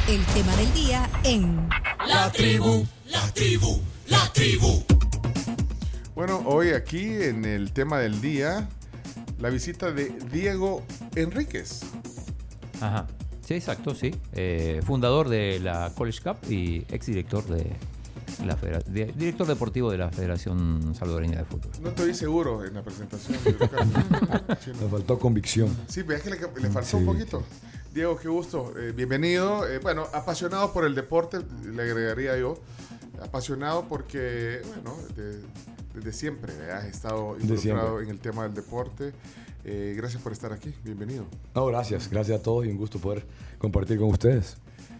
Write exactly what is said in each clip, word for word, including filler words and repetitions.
El tema del día en La Tribu, La Tribu, La Tribu. Bueno, hoy aquí en el tema del día, la visita de Diego Enríquez. Ajá. Sí, exacto, sí. Eh, fundador de la College Cup y exdirector de la federa- de- director deportivo de la Federación Salvadoreña de Fútbol. No estoy seguro en la presentación. Nos faltó convicción. Sí, pero es que le, le faltó Sí, un poquito. Diego, qué gusto. Eh, bienvenido. Eh, bueno, apasionado por el deporte, le agregaría yo. Apasionado porque, bueno, de- desde siempre eh, has estado Desde involucrado siempre. en el tema del deporte. Eh, gracias por estar aquí. Bienvenido. No, gracias. Gracias a todos y un gusto poder compartir con ustedes.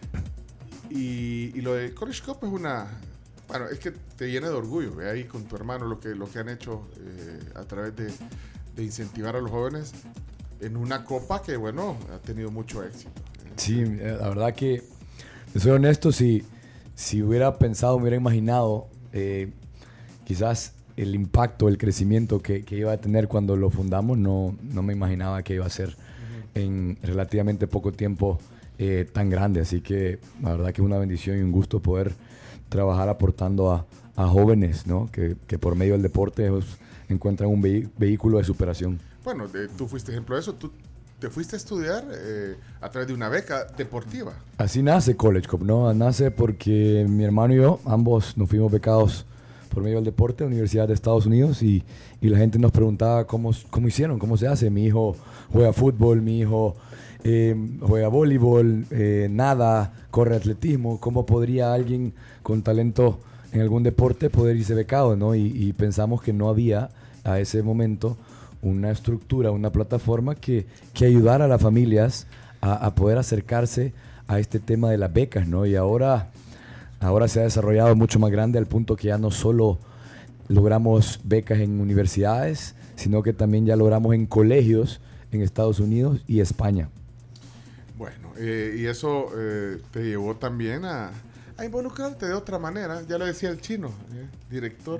Y, y lo de College Cup es una... Bueno, es que te llena de orgullo, ve ahí con tu hermano lo que, lo que han hecho eh, a través de, de incentivar a los jóvenes en una copa que, bueno, ha tenido mucho éxito. Sí, eh, la verdad que, te soy honesto, si, si hubiera pensado, me hubiera imaginado eh, quizás el impacto, el crecimiento que, que iba a tener cuando lo fundamos, no, no me imaginaba que iba a ser uh-huh. en relativamente poco tiempo eh, tan grande. Así que la verdad que es una bendición y un gusto poder trabajar aportando a, a jóvenes, ¿no? que, que por medio del deporte ellos encuentran un vehi- vehículo de superación. Bueno, de, tú fuiste ejemplo de eso. Tú te fuiste a estudiar eh, a través de una beca deportiva. Así nace College Cup, ¿no? Nace porque mi hermano y yo, ambos nos fuimos becados por medio del deporte a la Universidad de Estados Unidos y, y la gente nos preguntaba cómo, cómo hicieron, cómo se hace. Mi hijo juega fútbol, mi hijo eh, juega voleibol, eh, nada, corre atletismo. ¿Cómo podría alguien con talento en algún deporte poder irse becado, ¿no? Y, y pensamos que no había a ese momento una estructura, una plataforma que, que ayudara a las familias a, a poder acercarse a este tema de las becas, ¿no? Y ahora, ahora se ha desarrollado mucho más grande al punto que ya no solo logramos becas en universidades, sino que también ya logramos en colegios en Estados Unidos y España. Bueno, eh, y eso eh, te llevó también a, a involucrarte de otra manera. Ya lo decía el chino, eh, director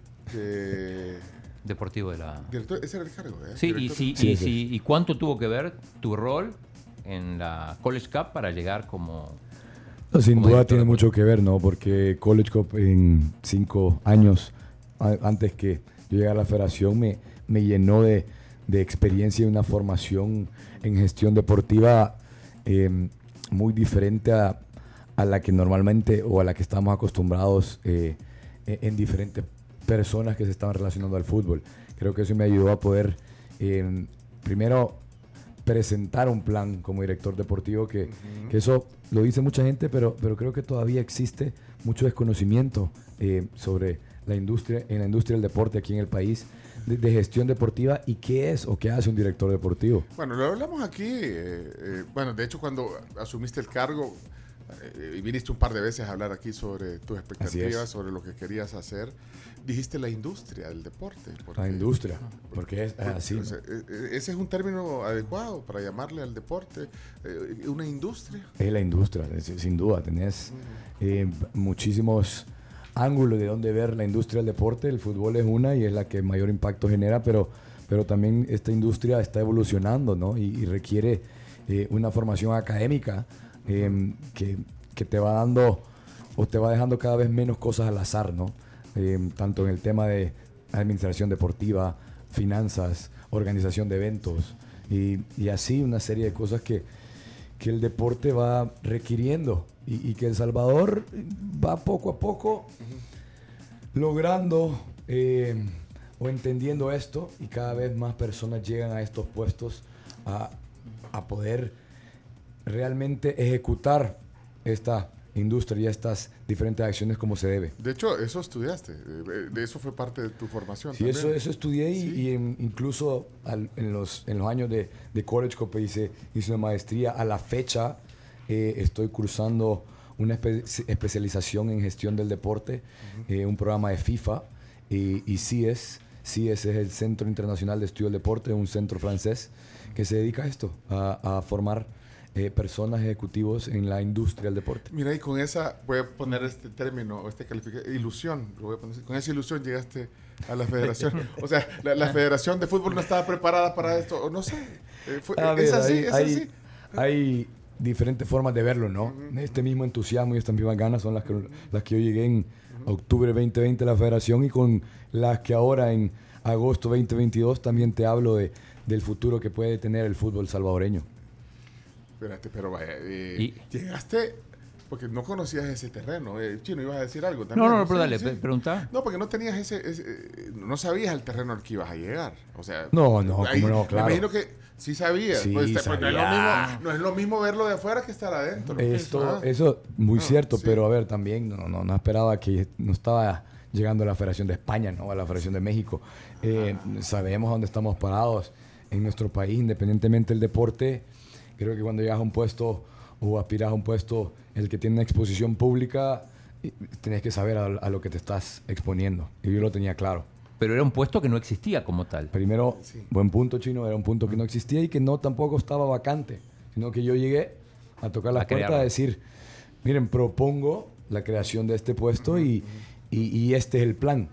de... Deportivo de la... Director, ese era el cargo, ¿eh? Sí, y, Director. sí, Sí, y, sí. sí, ¿y cuánto tuvo que ver tu rol en la College Cup para llegar como... No, sin como duda director tiene deportivo? mucho que ver, ¿no? Porque College Cup en cinco años a- antes que yo llegara a la federación me, me llenó de, de experiencia y una formación en gestión deportiva eh, muy diferente a, a la que normalmente o a la que estamos acostumbrados eh, en, en diferentes personas que se estaban relacionando al fútbol. Creo que eso me ayudó a poder eh, primero presentar un plan como director deportivo que, uh-huh. que eso lo dice mucha gente, pero, pero creo que todavía existe mucho desconocimiento eh, sobre la industria, en la industria del deporte aquí en el país, de, de gestión deportiva y qué es o qué hace un director deportivo. Bueno, lo hablamos aquí, eh, eh, bueno, de hecho cuando asumiste el cargo eh, y viniste un par de veces a hablar aquí sobre tus expectativas, sobre lo que querías hacer, dijiste la industria del deporte. Porque, la industria, porque es así. O sea, ese es un término adecuado para llamarle al deporte, eh, una industria. Es la industria, es, sin duda, tenés eh, muchísimos ángulos de dónde ver la industria del deporte. El fútbol es una y es la que mayor impacto genera, pero, pero también esta industria está evolucionando, ¿no? Y, y requiere eh, una formación académica eh, que, que te va dando o te va dejando cada vez menos cosas al azar, ¿no? Eh, tanto en el tema de administración deportiva, finanzas, organización de eventos y, y así una serie de cosas que, que el deporte va requiriendo y, y que El Salvador va poco a poco uh-huh. logrando eh, o entendiendo esto y cada vez más personas llegan a estos puestos a, a poder realmente ejecutar esta industria y estas diferentes acciones como se debe. De hecho, eso estudiaste, de eso fue parte de tu formación. Sí, también. eso, eso estudié sí. y, y en, incluso al, en, los, en los años de, de College Cup hice, hice una maestría. A la fecha eh, estoy cursando una espe especialización en gestión del deporte, uh-huh. eh, un programa de FIFA y, y C I E S. C I E S es el Centro Internacional de Estudio del Deporte, un centro francés que se dedica a esto, a, a formar Eh, personas ejecutivos en la industria del deporte. Mira, y con esa, voy a poner este término, este calificativo, ilusión, lo voy a poner, con esa ilusión llegaste a la federación. O sea, la, la federación de fútbol no estaba preparada para esto, o no sé. Eh, fue, a es ver, así, hay, es hay, así. Hay diferentes formas de verlo, ¿no? Uh-huh. Este mismo entusiasmo y estas mismas ganas son las que, uh-huh. las que yo llegué en uh-huh. octubre veinte veinte a la federación, y con las que ahora en agosto veinte veintidós también te hablo de, del futuro que puede tener el fútbol salvadoreño. Espérate, pero vaya, eh, ¿Y? llegaste porque no conocías ese terreno. Eh, Chino, ibas a decir algo también. No, no, no, sí, pero dale, sí. pregunta. No, porque no tenías ese, ese eh, no sabías el terreno al que ibas a llegar. O sea, no, no, ahí, cómo no, claro. Me imagino que sí sabías. Sí, pues, sabía. Pues, no, es lo mismo, no es lo mismo verlo de afuera que estar adentro. Esto, ah. Eso, muy no, cierto, sí. pero a ver, también no, no, no esperaba que no estaba llegando a la Federación de España, ¿no? A la Federación de México. Eh, sabemos dónde estamos parados en nuestro país, independientemente del deporte. Creo que cuando llegas a un puesto o aspiras a un puesto en el que tiene una exposición pública, tienes que saber a, a lo que te estás exponiendo. Y yo lo tenía claro. Pero era un puesto que no existía como tal. Primero, sí. buen punto, Chino, era un punto que no existía y que no tampoco estaba vacante, sino que yo llegué a tocar la puerta a decir, miren, propongo la creación de este puesto uh-huh, y, uh-huh. y, y este es el plan.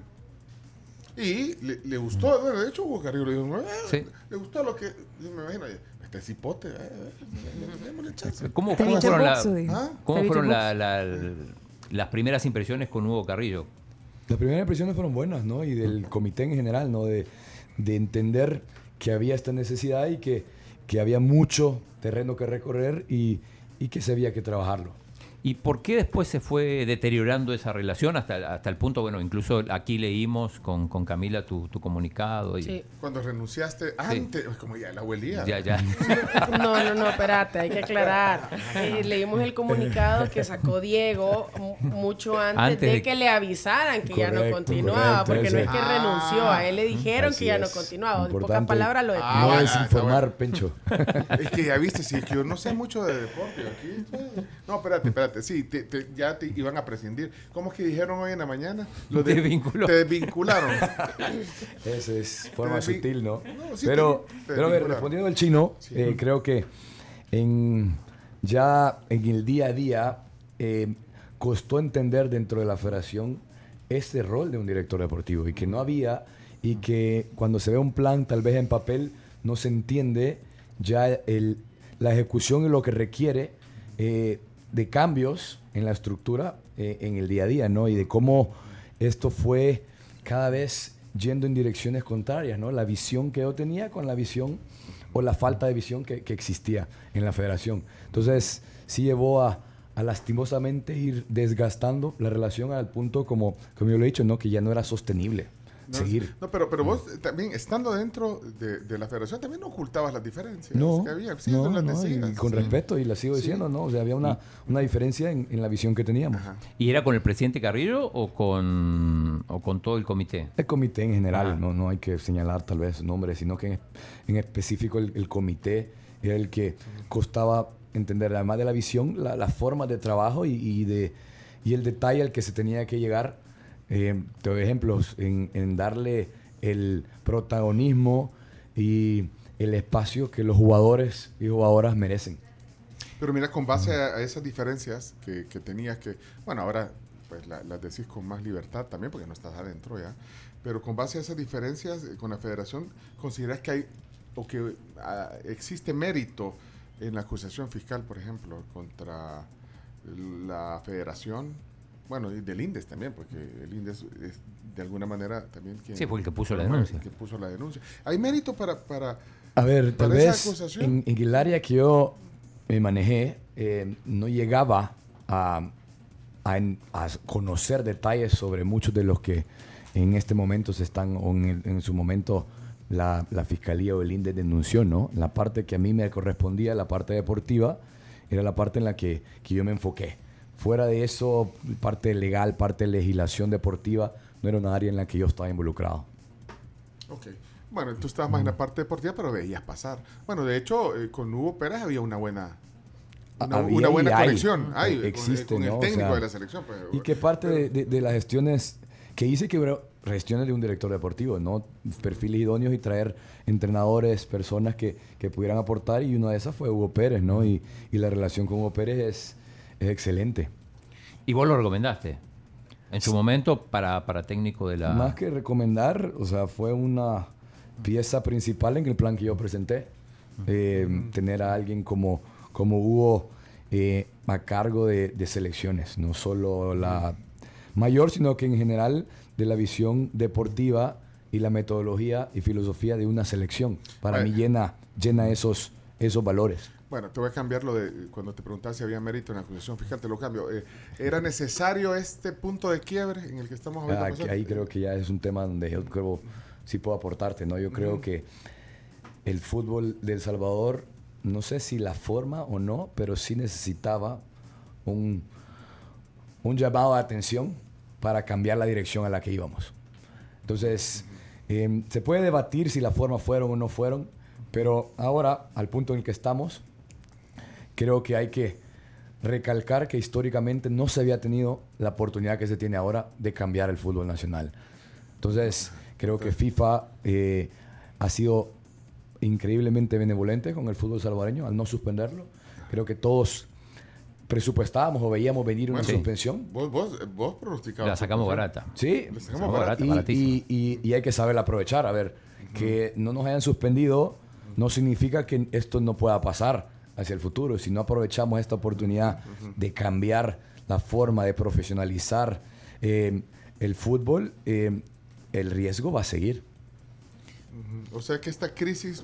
Uh-huh. Y le, le gustó, bueno, de hecho Hugo Carrillo le dijo, eh, sí. le gustó lo que, me imagino, este cipote, eh, démosle chance. ¿Cómo, cómo fueron, la, ¿Ah? ¿cómo fueron la, la, la, las primeras impresiones con Hugo Carrillo? Las primeras impresiones fueron buenas, ¿no? Y del comité en general, ¿no? De, de entender que había esta necesidad y que, que había mucho terreno que recorrer y, y que se había que trabajarlo. ¿Y por qué después se fue deteriorando esa relación hasta, hasta el punto, bueno, incluso aquí leímos con, con Camila tu, tu comunicado? Y... Sí. Cuando renunciaste antes, sí. como ya la abuelía. Ya, ya. No, no, no, espérate, hay que aclarar. Eh, leímos el comunicado que sacó Diego mucho antes, Antes de, de que le avisaran que correcto, ya no continuaba, correcto, porque ese. no es que Ah, renunció, a él le dijeron así que ya es. no continuaba. En Importante. pocas palabras lo de Ah, no bueno, es informar, bueno. Pencho. Es que ya viste, sí, que yo no sé mucho de deporte. Aquí, no, espérate, espérate. Sí, te, te, ya te iban a prescindir. ¿Cómo es que dijeron hoy en la mañana? Lo Te de, vinculó. Te desvincularon. Esa es forma Te desvin- sutil, ¿no? No, sí, pero, te- te pero a ver, vincularon. respondiendo al Chino, Sí. eh, creo que en, ya en el día a día eh, costó entender dentro de la federación este rol de un director deportivo y que no había, y que cuando se ve un plan tal vez en papel no se entiende ya el, la ejecución y lo que requiere eh, de cambios en la estructura eh, en el día a día, ¿no? Y de cómo esto fue cada vez yendo en direcciones contrarias, ¿no? La visión que yo tenía con la visión o la falta de visión que, que existía en la federación. Entonces, sí llevó a, a lastimosamente ir desgastando la relación al punto, como, como yo lo he dicho, ¿no? Que ya no era sostenible No, seguir. no, pero, pero vos eh, también, estando dentro de, de la federación, también no ocultabas las diferencias No, que había. Sí, no, tú las no, y decías, con sí. respeto, y la sigo Sí. diciendo, ¿no? O sea, había una, una diferencia en, en la visión que teníamos. Ajá. ¿Y era con el presidente Carrillo o con, o con todo el comité? El comité en general, Ah. no, no hay que señalar tal vez nombres, sino que en, en específico el, el comité era el que costaba entender, además de la visión, la, la forma de trabajo y, y, de, y el detalle al que se tenía que llegar. Eh, te doy ejemplos en, en darle el protagonismo y el espacio que los jugadores y jugadoras merecen. Pero mira, con base a, a esas diferencias que, que tenías que, bueno, ahora pues la- las decís con más libertad también porque no estás adentro ya, pero con base a esas diferencias eh, con la federación, ¿consideras que hay o que ah, existe mérito en la acusación fiscal, por ejemplo, contra la federación? Bueno, y del INDES también, porque el INDES es de alguna manera también quien... Sí, fue el que puso la fue denuncia. el que puso la denuncia. ¿Hay mérito para... para A ver, tal ¿Para esa vez acusación? en, en el área que yo me manejé, eh, no llegaba a, a, en- a conocer detalles sobre muchos de los que en este momento se están, o en, el- en su momento la, la Fiscalía o el INDES denunció, ¿no? La parte que a mí me correspondía, la parte deportiva, era la parte en la que, que yo me enfoqué. Fuera de eso, parte legal, parte de legislación deportiva, no era una área en la que yo estaba involucrado. Ok. Bueno, tú estabas más en la parte deportiva, pero veías pasar. Bueno, de hecho, eh, con Hugo Pérez había una buena una, Había una y buena hay. conexión. Hay, con- Existe, con, el ¿no? O técnico sea, de la selección. Pues, Y que parte de, de- de las gestiones que hice, que hubo gestiones de un director deportivo, ¿no? Perfiles idóneos y traer entrenadores, personas que, que pudieran aportar, y una de esas fue Hugo Pérez, ¿no? Y, y la relación con Hugo Pérez es, es excelente. ¿Y vos lo recomendaste? En su momento para, para técnico de la... Más que recomendar, o sea, fue una pieza principal en el plan que yo presenté. Eh, tener a alguien como, como hubo eh, a cargo de, de selecciones, no solo la mayor, sino que en general de la visión deportiva y la metodología y filosofía de una selección. Para Ay. mí llena, llena esos, esos valores. Bueno, te voy a cambiar lo de cuando te preguntaba si había mérito en la acusación. Fíjate, lo cambio. Eh, ¿Era necesario este punto de quiebre en el que estamos ahorita? Ah, pasando? ahí creo que ya es un tema donde yo creo sí puedo aportarte, ¿no? Yo creo que el fútbol de El Salvador, no sé si la forma o no, pero sí necesitaba un, un llamado de atención para cambiar la dirección a la que íbamos. Entonces, eh, se puede debatir si la forma fueron o no fueron, pero ahora, al punto en el que estamos, creo que hay que recalcar que históricamente no se había tenido la oportunidad que se tiene ahora de cambiar el fútbol nacional. Entonces, creo que FIFA eh, ha sido increíblemente benevolente con el fútbol salvadoreño al no suspenderlo. Creo que todos presupuestábamos o veíamos venir una Bueno, suspensión. Vos, vos, vos pronosticabas. La sacamos suspensión. barata. Sí, La sacamos Sacamos barata. barata, y, baratísimo. y, y, y hay que saber aprovechar. A ver, que no nos hayan suspendido no significa que esto no pueda pasar hacia el futuro. Si no aprovechamos esta oportunidad de cambiar la forma de profesionalizar eh, el fútbol, eh, el riesgo va a seguir. O sea que esta crisis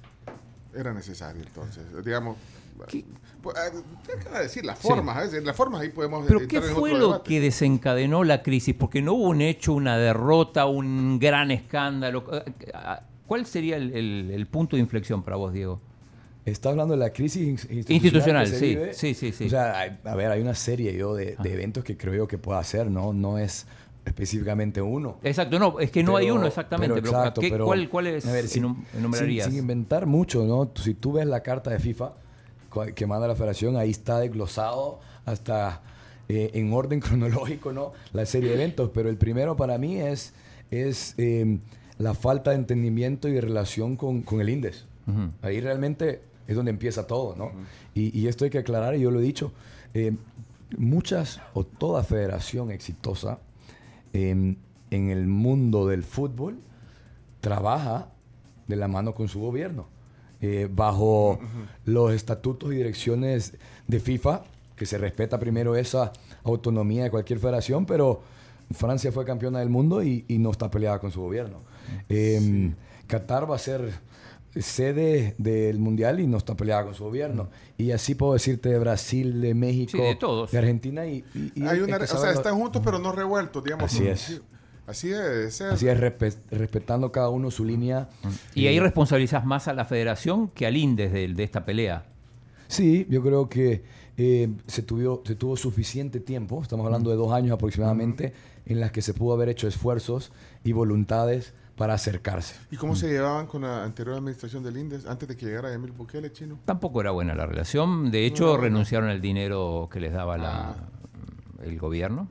era necesaria, entonces. Digamos, ¿Qué? pues, eh, ¿qué acaba de decir? Las formas, ¿eh? Las formas ahí podemos Pero entrar ¿qué en fue otro lo debate. que desencadenó la crisis? Porque no hubo un hecho, una derrota, un gran escándalo. ¿Cuál sería el, el- el punto de inflexión para vos, Diego? Está hablando de la crisis institucional. Institucional, que se sí, vive. sí, sí, sí. O sea, hay- a ver, hay una serie yo de, de Ah. eventos que creo yo que puedo hacer, ¿no? No es específicamente uno. Exacto, no, es que no Pero- hay uno exactamente. pero Pero, exacto, ¿qué- pero, ¿cuál, ¿Cuál es a ver, sin- enum- enumerarías? Sin, sin inventar mucho, ¿no? Si tú ves la carta de FIFA cua- que manda la federación, ahí está desglosado hasta eh, en orden cronológico, ¿no? La serie de eventos. Pero el primero para mí es, es eh, la falta de entendimiento y de relación con, con el INDES. Ujú. Ahí realmente es donde empieza todo, ¿no? y, y esto hay que aclarar, y yo lo he dicho, eh, muchas o toda federación exitosa eh, en el mundo del fútbol trabaja de la mano con su gobierno, eh, bajo los estatutos y direcciones de FIFA, que se respeta primero esa autonomía de cualquier federación, pero Francia fue campeona del mundo y, y no está peleada con su gobierno. Eh, Qatar va a ser sede del mundial y no está peleada con su gobierno. Y así puedo decirte de Brasil, de México, Sí, de todos. de Argentina y, y- y Hay hay una, que o sea, saberlo. están juntos pero no revueltos, digamos. Así ¿no? es. Sí, así debe ser. Así es, respe- respetando cada uno su línea. Y ahí responsabilizas más a la federación que al INDES de, de esta pelea. Sí, yo creo que eh, se, tuvo, se tuvo suficiente tiempo, estamos hablando de dos años aproximadamente, en las que se pudo haber hecho esfuerzos y voluntades para acercarse. ¿Y cómo se llevaban con la anterior administración del INDES antes de que llegara Emil Bukele, chino? Tampoco era buena la relación. De hecho, No era buena. renunciaron al dinero que les daba la, Ah. el gobierno.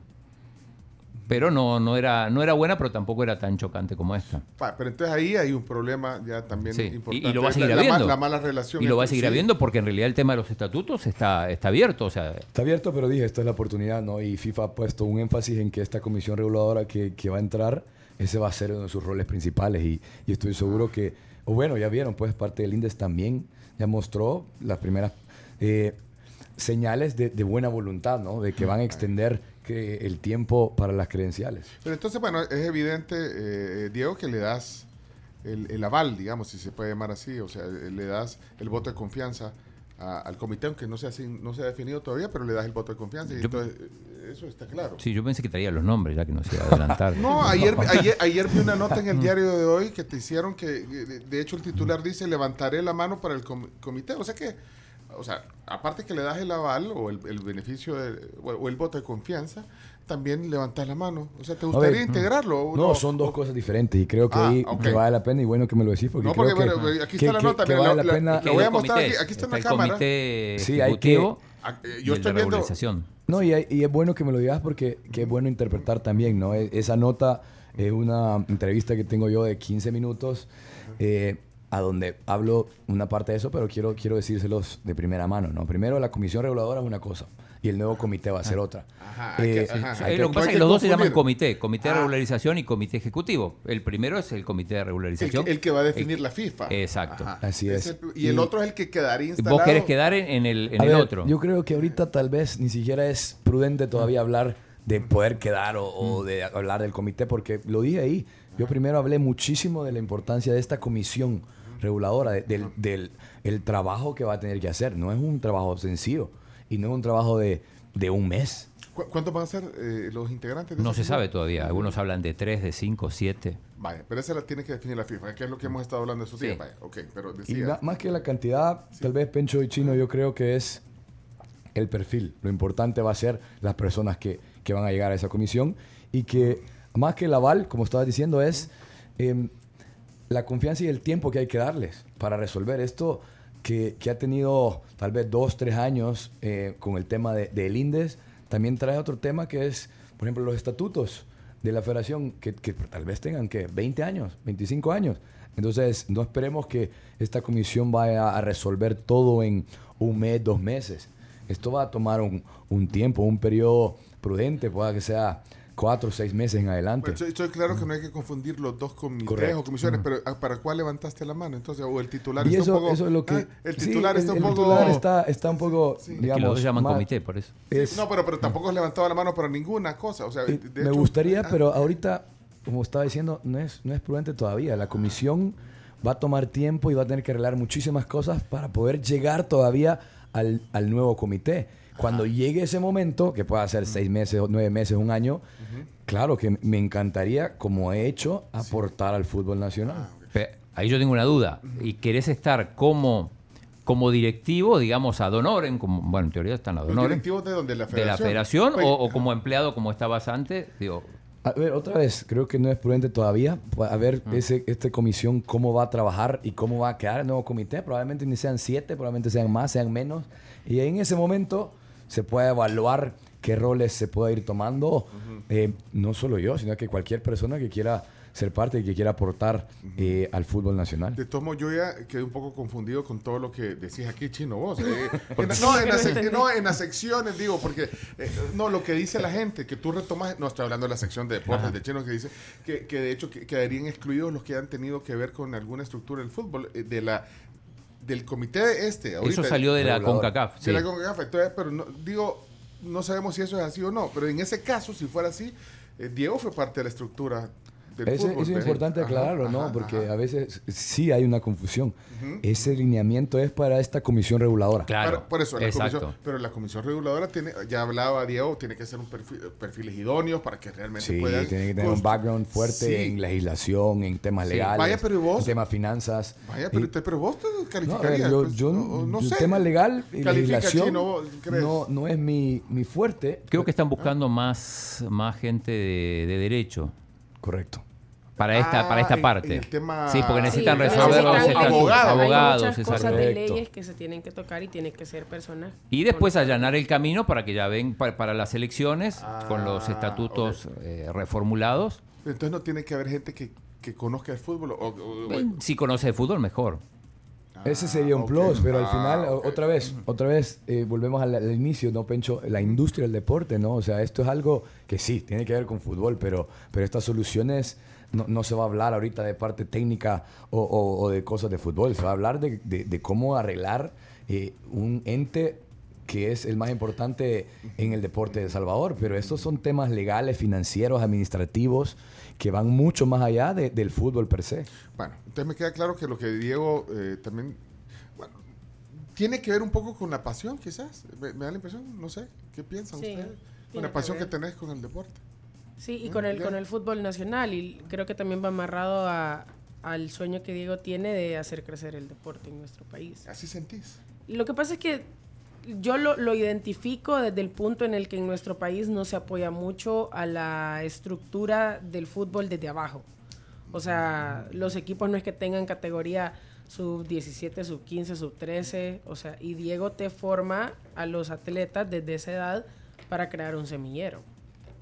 Pero no, no, era, no era buena, pero tampoco era tan chocante como esta. Pa, pero entonces ahí hay un problema ya también Sí, importante. y, y lo va a Es seguir la, la habiendo. ma- la mala relación. Y lo va a entre- seguir sí. habiendo porque en realidad el tema de los estatutos está, está abierto. O sea, Está abierto, pero dije, esta es la oportunidad, ¿no? Y FIFA ha puesto un énfasis en que esta comisión reguladora que, que va a entrar, ese va a ser uno de sus roles principales. Y, y estoy seguro que, o bueno, ya vieron, pues parte del INDES también ya mostró las primeras eh, señales de, de buena voluntad, ¿no? De que van a extender que el tiempo para las credenciales. Pero entonces, bueno, es evidente, eh, Diego, que le das el, el aval, digamos, si se puede llamar así, o sea, le das el voto de confianza a- al comité, aunque no se, ha, sin- no se ha definido todavía, pero le das el voto de confianza y Yo- entonces eh, eso está claro. sí, yo pensé que traía los nombres ya que no se iba a adelantar. No, ayer, ayer, ayer vi una nota en el diario de hoy que te hicieron que, de, de hecho el titular dice, levantaré la mano para el com- comité, o sea que, o sea, aparte que le das el aval o el, el beneficio de- o, o el voto de confianza, también levantas la mano, o sea, ¿te gustaría ver, integrarlo? o No, son dos cosas diferentes y creo que Ah, ahí ok. que vale la pena y bueno que me lo decís porque No, creo porque que, bueno, aquí que- está la que- nota, que mira, vale la- la pena. la- Es que lo voy hay a dos mostrar aquí, comités. aquí está en Está la el cámara. comité Sí, hay que- ejecutivo Ah, eh, y yo el estoy de viendo, regularización. No, y, hay- y es bueno que me lo digas porque que es bueno interpretar también, ¿no? E- Esa nota es una entrevista que tengo yo de quince minutos eh, a donde hablo una parte de eso, pero quiero, quiero decírselos de primera mano, ¿no? Primero, la comisión reguladora es una cosa y el nuevo comité va a ser otra. Ajá, hay que- Eh, ajá, Sí, hay lo que no pasa hay es que los dos se confundir. llaman comité, comité de Ah. regularización y comité ejecutivo. El primero es el comité de El regularización. que, el que va a definir El- la FIFA. Exacto. Así es. Ese- y el Y- otro es el que quedaría instalado. Vos querés quedar en, en el, en A el ver, otro. Yo creo que ahorita tal vez ni siquiera es prudente todavía hablar de poder quedar o, o de hablar del comité, porque lo dije ahí. Yo primero hablé muchísimo de la importancia de esta comisión reguladora, de- del, del el trabajo que va a tener que hacer. No es un trabajo sencillo y no es un trabajo de, de un mes. ¿Cu- ¿Cuántos van a ser eh, los integrantes? de No esa se comisión? sabe todavía. Algunos hablan de tres, de cinco, siete. Vaya, pero esa la tiene que definir la FIFA, que es lo que hemos estado hablando estos Sí. días. Vaya, ok, pero Y decía. ma- más que la cantidad, tal vez Pencho y Chino, yo creo que es el perfil. Lo importante va a ser las personas que, que van a llegar a esa comisión y que más que el aval, como estaba diciendo, es em, la confianza y el tiempo que hay que darles para resolver esto que, que ha tenido tal vez dos, tres años eh, con el tema de- del INDES. También trae otro tema que es, por ejemplo, los estatutos de la federación que, que tal vez tengan que veinte años, veinticinco años. Entonces, no esperemos que esta comisión vaya a resolver todo en un mes, dos meses. Esto va a tomar un, un tiempo, un periodo prudente, pueda que sea cuatro o seis meses en adelante. Bueno, estoy, estoy claro que no hay que confundir los dos comités Correcto. o comisiones, pero ¿a- ¿para cuál levantaste la mano? Entonces, o el titular Y está eso, un poco. eso es lo que... ah, el sí, titular está el- un el poco. titular está, está un poco, Sí. Es que digamos... los dos se llaman más- comité, por eso. es- No, pero, pero tampoco has levantado la mano para ninguna cosa. O sea, Eh, de me hecho- gustaría, ah, pero ahorita, como estaba diciendo, no es, no es prudente todavía. La comisión va a tomar tiempo y va a tener que arreglar muchísimas cosas para poder llegar todavía al, al nuevo comité. Cuando llegue ese momento, que pueda ser seis meses, o nueve meses, un año, claro que me encantaría, como he hecho, aportar al fútbol nacional. Ah, Pe- Ahí yo tengo una duda. ¿Y querés estar como, como directivo, digamos, ad honorem? Como, bueno, en teoría están ad ¿Los honorem. directivos de donde? ¿La ¿De federación? la federación Oye, o, o como empleado como estabas antes? Digo, A ver, otra vez, creo que no es prudente todavía. A ver, ese, esta comisión, cómo va a trabajar y cómo va a quedar el nuevo comité. Probablemente ni sean siete, probablemente sean más, sean menos. Y en ese momento se puede evaluar qué roles se puede ir tomando. Eh, no solo yo, sino que cualquier persona que quiera ser parte y que quiera aportar eh, al fútbol nacional. De todos modos, yo ya quedé un poco confundido con todo lo que decís aquí, Chino, vos. eh. En la- no, en las sec- no, en las secciones, digo, porque eh, no, lo que dice la gente, que tú retomas, no estoy hablando de la sección de deportes de Chino, que dice que, que de hecho que- quedarían excluidos los que han tenido que ver con alguna estructura del fútbol, eh, de la del comité este. Ahorita, eso salió de la regulador. CONCACAF. de Sí. la CONCACAF. Entonces, pero no, digo, no sabemos si eso es así o no, pero en ese caso, si fuera así, eh, Diego fue parte de la estructura del Ese- fútbol. eso es ¿ves? importante Ajá, aclararlo, ¿no? ajá, Porque ajá. a veces sí hay una confusión. Ujú. Ese lineamiento es para esta comisión reguladora. Claro. Para- por eso, la exacto. comisión, pero la comisión reguladora tiene, ya hablaba Diego, tiene que ser un perfil, perfiles idóneos para que realmente Sí, puedan. tiene que tener un constru- background fuerte Sí. en legislación, en temas Sí. legales, Vaya, pero ¿y vos? en temas finanzas. Vaya, pero, Y- usted- pero vos te no, a ver, calificarías. yo, pues, yo o- o no el sé. tema legal y Califica, legislación Chino, vos, ¿crees? no, no es mi, mi fuerte. Creo que están buscando más, más gente de, de derecho Correcto. para esta, Ah, para esta en- parte. en el tema- Sí, porque necesitan Sí, resolver los necesitan estatutos. abogados. Hay Abogados, muchas exacto. cosas de Correcto. leyes que se tienen que tocar y tienen que ser personas. Y después con- allanar el camino para que ya ven pa- para, las elecciones Ah, con los estatutos eh, reformulados. Entonces no tiene que haber gente que, que conozca el fútbol. O, o- o- Si conoce de fútbol, mejor. Ese sería un ok. plus, pero al Ah, final, o- ok. otra vez, otra vez, eh, volvemos al, al inicio, ¿no, Pencho? La industria del deporte, ¿no? O sea, esto es algo que sí, tiene que ver con fútbol, pero, pero estas soluciones no, no se va a hablar ahorita de parte técnica o, o- o de cosas de fútbol, se va a hablar de, de- de cómo arreglar eh, un ente que es el más importante en el deporte de El Salvador, pero estos son temas legales, financieros, administrativos, que van mucho más allá de- del fútbol per se. Bueno, entonces me queda claro que lo que Diego eh, también, bueno, tiene que ver un poco con la pasión, quizás. Me, me da la impresión, no sé, ¿qué piensan Sí, ustedes? tiene Con la que pasión que, ver. tenés con el deporte. Sí, y con el, con el fútbol nacional. Y creo que también va amarrado a, al sueño que Diego tiene de hacer crecer el deporte en nuestro país. Así sentís. Lo que pasa es que yo lo, lo identifico desde el punto en el que en nuestro país no se apoya mucho a la estructura del fútbol desde abajo. O sea, los equipos no es que tengan categoría sub diecisiete, sub quince, sub trece, o sea, y Diego te forma a los atletas desde esa edad para crear un semillero.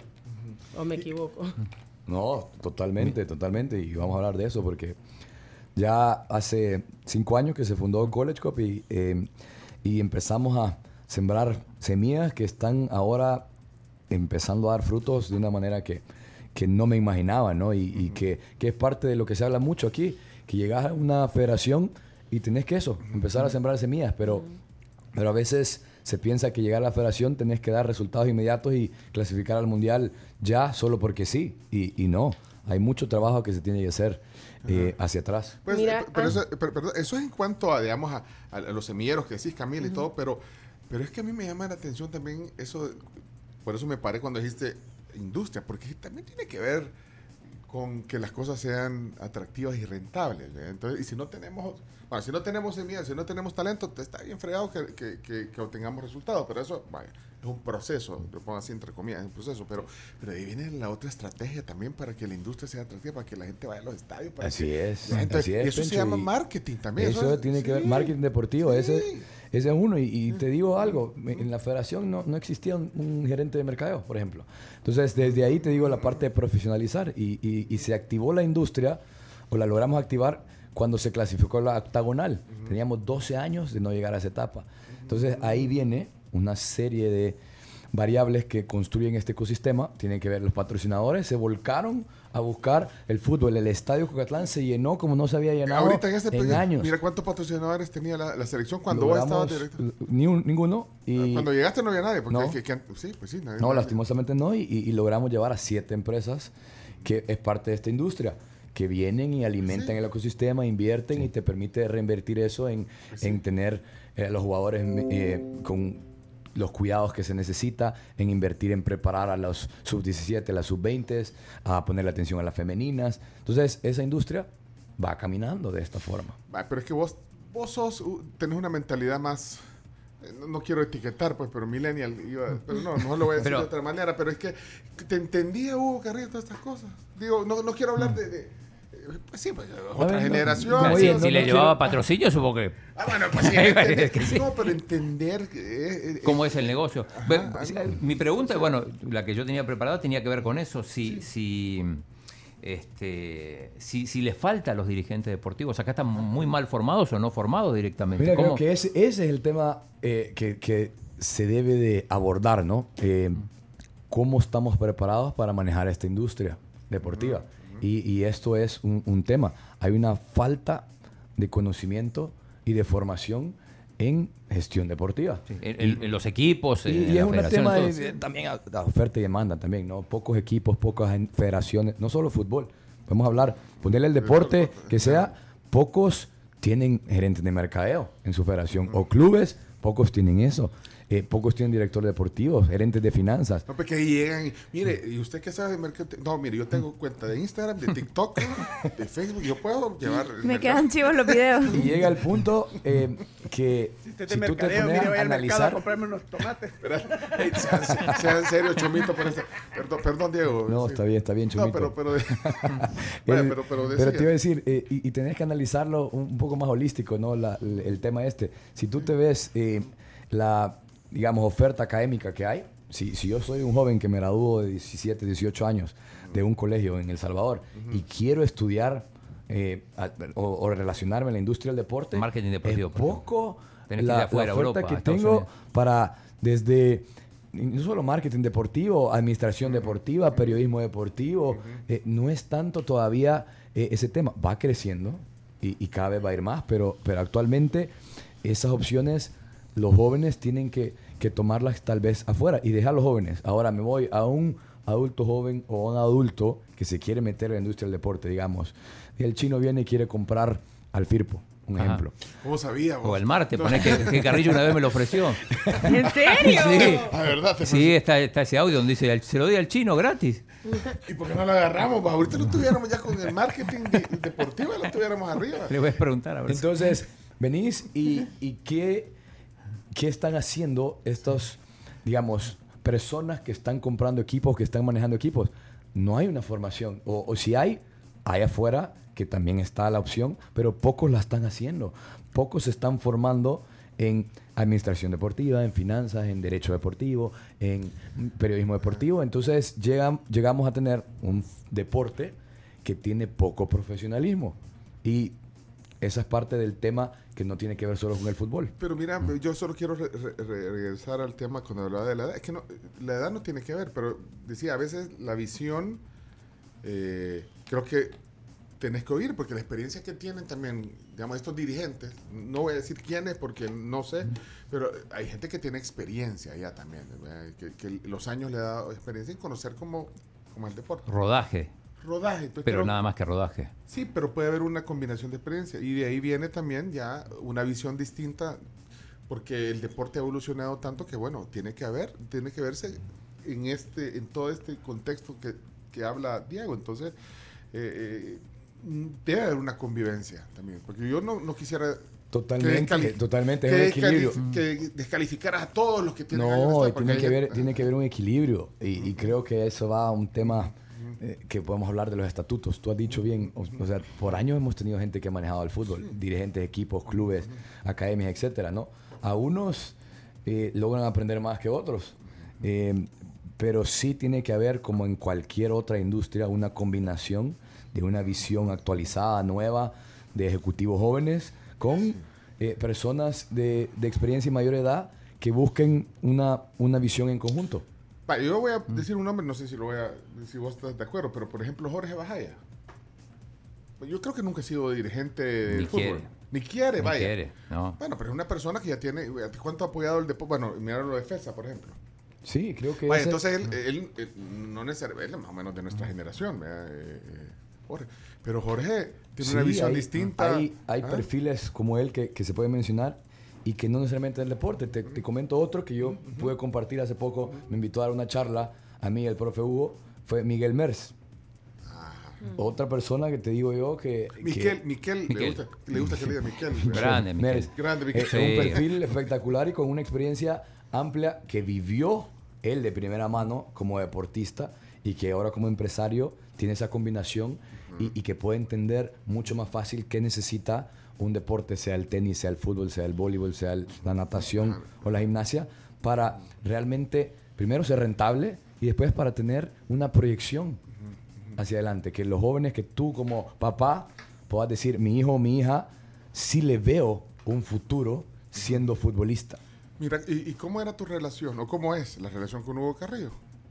¿O me equivoco? No, totalmente, totalmente. Y vamos a hablar de eso porque ya hace cinco años que se fundó College Cup y, eh, y empezamos a sembrar semillas que están ahora empezando a dar frutos de una manera que, que no me imaginaba, ¿no? Y, y que, que es parte de lo que se habla mucho aquí, que llegas a una federación y tenés que eso, empezar a sembrar semillas, pero, pero a veces se piensa que llegar a la federación tenés que dar resultados inmediatos y clasificar al mundial ya solo porque sí, y, y no. Hay mucho trabajo que se tiene que hacer eh, hacia atrás. Pues, Mira, pero, ah. eso, pero, perdón, eso es en cuanto a, digamos, a, a los semilleros que decís, Camila, uh-huh. y todo, pero, pero es que a mí me llama la atención también eso, por eso me paré cuando dijiste industria, porque también tiene que ver con que las cosas sean atractivas y rentables, ¿eh? Entonces, y si no tenemos, bueno, si no tenemos semillas, si no tenemos talento, está bien fregado que, que, que, que obtengamos resultados, pero eso, vaya, es un proceso, lo pongo así entre comillas, es un proceso, pero, pero ahí viene la otra estrategia también para que la industria sea atractiva, para que la gente vaya a los estadios. Para así que, es, entonces, así es. Y eso Pencho, se llama marketing también. Eso, eso tiene sí, que ver, marketing deportivo, sí. ese, ese es uno. Y, y te digo algo, en la federación no, no existía un, un gerente de mercadeo, por ejemplo. Entonces, desde ahí te digo la parte de profesionalizar y, y, y se activó la industria, o la logramos activar cuando se clasificó la octagonal. Uh-huh. Teníamos doce años de no llegar a esa etapa. Entonces, ahí viene una serie de variables que construyen este ecosistema. Tienen que ver los patrocinadores, se volcaron a buscar el fútbol. El estadio Cocatlán se llenó como no se había llenado ahorita en, este, en años. Mira cuántos patrocinadores tenía la, la selección cuando Logramos vos estabas directo. Ni un, ninguno. Y cuando llegaste no había nadie. Porque no, que, que, sí, pues sí, nadie, no nadie. lastimosamente no. Y, y, y logramos llevar a siete empresas que es parte de esta industria, que vienen y alimentan sí. el ecosistema, invierten sí. y te permite reinvertir eso en, sí. en tener eh, los jugadores eh, con los cuidados que se necesita, en invertir en preparar a los sub diecisiete, a las sub veinte, a ponerle atención a las femeninas. Entonces, esa industria va caminando de esta forma. Ah, pero es que vos, vos sos, uh, tenés una mentalidad más... No, no quiero etiquetar, pues, pero millennial, iba, pero no, no lo voy a decir pero, de otra manera, pero es que te entendía, Hugo Carrillo, todas estas cosas. Digo, no, no quiero hablar de... de pues sí, pues, otra ver, generación. No, no, no, si no, si no, le no llevaba quiero... patrocinio, supongo que... Ah, bueno, pues sí. Entender, que sí. No, pero entender... Eh, eh, ¿Cómo es el negocio? Ajá, Be, no, mi pregunta, bueno, la que yo tenía preparada tenía que ver con eso. Si... Sí. si Este, si, si les falta a los dirigentes deportivos, acá están muy mal formados o no formados directamente. Mira, ¿Cómo? creo que ese, ese es el tema eh, que, que se debe de abordar, ¿no? Eh, ¿Cómo estamos preparados para manejar esta industria deportiva? Uh-huh. y, y esto es un, un tema. Hay una falta de conocimiento y de formación en gestión deportiva. Sí, en, en los equipos, y, en y la es un tema de, sí. de, también a, a oferta y demanda también, ¿no? Pocos equipos, pocas federaciones, no solo fútbol. Podemos hablar, ponerle el deporte que sea, pocos tienen gerentes de mercadeo en su federación, o clubes, pocos tienen eso. Eh, pocos tienen director deportivo, gerentes de finanzas. No, porque ahí llegan y, mire, ¿y usted qué sabe de mercadeo? No, mire, yo tengo cuenta de Instagram, de TikTok, de Facebook, yo puedo llevar... Me quedan chivos los videos. Y llega el punto eh, que si, si tú te pones a analizar... a comprarme unos tomates. sea, sea en serio, Chomito, por eso. Perdón, perdón, Diego. No, sí. está bien, está bien, Chomito. No, pero... Pero, bueno, el, pero, pero, pero te iba a decir, eh, y, y tenés que analizarlo un, un poco más holístico, ¿no? La, el, el tema este. Si tú te ves eh, la... digamos, oferta académica que hay. Si, si yo soy un joven que me graduó de diecisiete, dieciocho años de un colegio en El Salvador uh-huh. y quiero estudiar eh, a, o, o relacionarme en la industria del deporte, marketing deportivo, es poco Tenés la, que ir afuera, la oferta Europa, que tengo Unidos. para desde no solo marketing deportivo, administración uh-huh. deportiva, periodismo deportivo. Uh-huh. Eh, no es tanto todavía eh, ese tema. Va creciendo y, y cada vez va a ir más, pero, pero actualmente esas opciones... los jóvenes tienen que, que tomarlas tal vez afuera y dejar a los jóvenes. Ahora me voy a un adulto joven o a un adulto que se quiere meter en la industria del deporte, digamos. Y el chino viene y quiere comprar al Firpo, un Ajá. ejemplo. ¿Cómo sabía vos? O el Marte, no. ponés que, que Carrillo una vez me lo ofreció. ¿En serio? Sí, ah, ¿verdad? sí está, está ese audio donde dice, se lo doy al chino gratis. ¿Y por qué no lo agarramos? Pues ahorita lo tuviéramos ya con el marketing de, deportivo, lo tuviéramos arriba. Le voy a preguntar a ver. Entonces, venís y, y qué... ¿Qué están haciendo estas, digamos, personas que están comprando equipos, que están manejando equipos? No hay una formación. O, o si hay, hay afuera, que también está la opción, pero pocos la están haciendo. Pocos se están formando en administración deportiva, en finanzas, en derecho deportivo, en periodismo deportivo. Entonces llegan, llegamos a tener un deporte que tiene poco profesionalismo. Y esa es parte del tema que no tiene que ver solo con el fútbol. Pero mira, yo solo quiero re- re- re- regresar al tema cuando hablaba de la edad. Es que no, la edad no tiene que ver, pero decía, a veces la visión, eh, creo que tenés que oír, porque la experiencia que tienen también, digamos, estos dirigentes, no voy a decir quiénes porque no sé, pero hay gente que tiene experiencia ya también, que, que los años le ha dado experiencia en conocer cómo, cómo es el deporte. Rodaje. Rodaje. Pues, Pero creo, nada más que rodaje. Sí, pero puede haber una combinación de experiencia y de ahí viene también ya una visión distinta, porque el deporte ha evolucionado tanto que, bueno, tiene que haber, tiene que verse en este, en todo este contexto que, que habla Diego. Entonces, eh, eh, debe haber una convivencia también, porque yo no, no quisiera Totalmente, que descali- totalmente, que, es un equilibrio. descali- que descalificaras a todos los que tienen años de No, estar, y porque tiene que, hay- ver, tiene que haber un equilibrio y, y creo que eso va a un tema eh, que podemos hablar de los estatutos. Tú has dicho bien, o, o sea, por años hemos tenido gente que ha manejado el fútbol, dirigentes, equipos, clubes, academias, etcétera, ¿no? A unos eh, logran aprender más que otros, eh, pero sí tiene que haber, como en cualquier otra industria, una combinación de una visión actualizada, nueva, de ejecutivos jóvenes con eh, personas de, de experiencia y mayor edad que busquen una, una visión en conjunto. Va, yo voy a decir un nombre, no sé si lo voy a si vos estás de acuerdo, pero por ejemplo Jorge Bajaya. Yo creo que nunca ha sido dirigente del Ni fútbol. quiere. Ni quiere, Ni vaya. quiere, no. Bueno, pero es una persona que ya tiene. ¿Cuánto ha apoyado el deporte? Bueno, mira lo de FESA, por ejemplo. Sí, creo que... Vaya, ese- entonces él, él, él no necesariamente, él es más o menos de nuestra generación, ¿verdad? Eh, eh, Jorge. Pero Jorge tiene una Sí, visión hay- distinta. Hay, hay ¿ah? perfiles como él que, que se pueden mencionar y que no necesariamente del deporte. Te, te comento otro que yo pude compartir hace poco. Me invitó a dar una charla a mí, el profe Hugo, fue Miguel Mers. Otra persona que te digo yo que... Miquel, que- Miquel, Miquel. Le, gusta, le gusta que le diga Miquel. ¿verdad? Grande, Miquel. Mers. Grande, Es Miquel. Sí. un perfil espectacular y con una experiencia amplia que vivió él de primera mano como deportista y que ahora como empresario tiene esa combinación y, y que puede entender mucho más fácil qué necesita un deporte, sea el tenis, sea el fútbol, sea el voleibol, sea el- la natación o la gimnasia, para realmente primero ser rentable y después para tener una proyección hacia adelante. Que los jóvenes, que tú como papá puedas decir, mi hijo o mi hija, sí le veo un futuro siendo futbolista. Mira, ¿y, ¿y cómo era tu relación? ¿O cómo es la relación con Hugo Carrillo?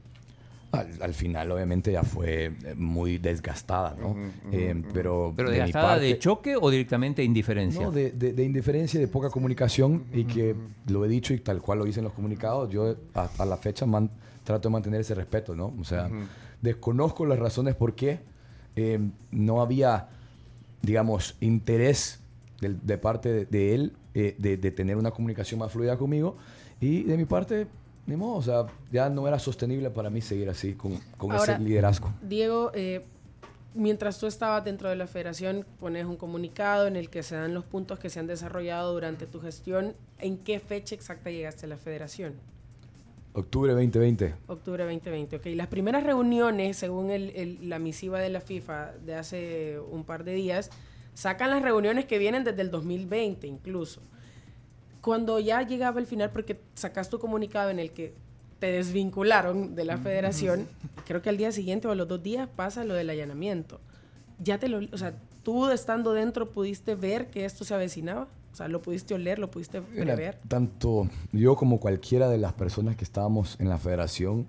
Al, al final, obviamente, ya fue eh, muy desgastada, ¿no? Eh, pero ¿Pero de mi desgastada de parte- choque o directamente indiferencia? No, de, de- de indiferencia y de poca comunicación y que lo he dicho y tal cual lo hice en los comunicados, yo hasta la fecha man- trato de mantener ese respeto, ¿no? O sea, desconozco las razones por qué eh, no había, digamos, interés del- de parte de, de él eh, de, de tener una comunicación más fluida conmigo y de mi parte, ni modo, o sea, ya no era sostenible para mí seguir así con, con Ahora, ese liderazgo. Diego, eh, mientras tú estabas dentro de la federación, pones un comunicado en el que se dan los puntos que se han desarrollado durante tu gestión. ¿En qué fecha exacta llegaste a la federación? Octubre veinte veinte. Octubre veinte veinte, ok. Las primeras reuniones, según el- el- la misiva de la FIFA de hace un par de días, sacan las reuniones que vienen desde el dos mil veinte incluso. Cuando ya llegaba el final, porque sacas tu comunicado en el que te desvincularon de la federación, creo que al día siguiente o a los dos días pasa lo del allanamiento. Ya te lo, o sea, tú estando dentro pudiste ver que esto se avecinaba, o sea, lo pudiste oler, lo pudiste Mira, prever. tanto yo como cualquiera de las personas que estábamos en la federación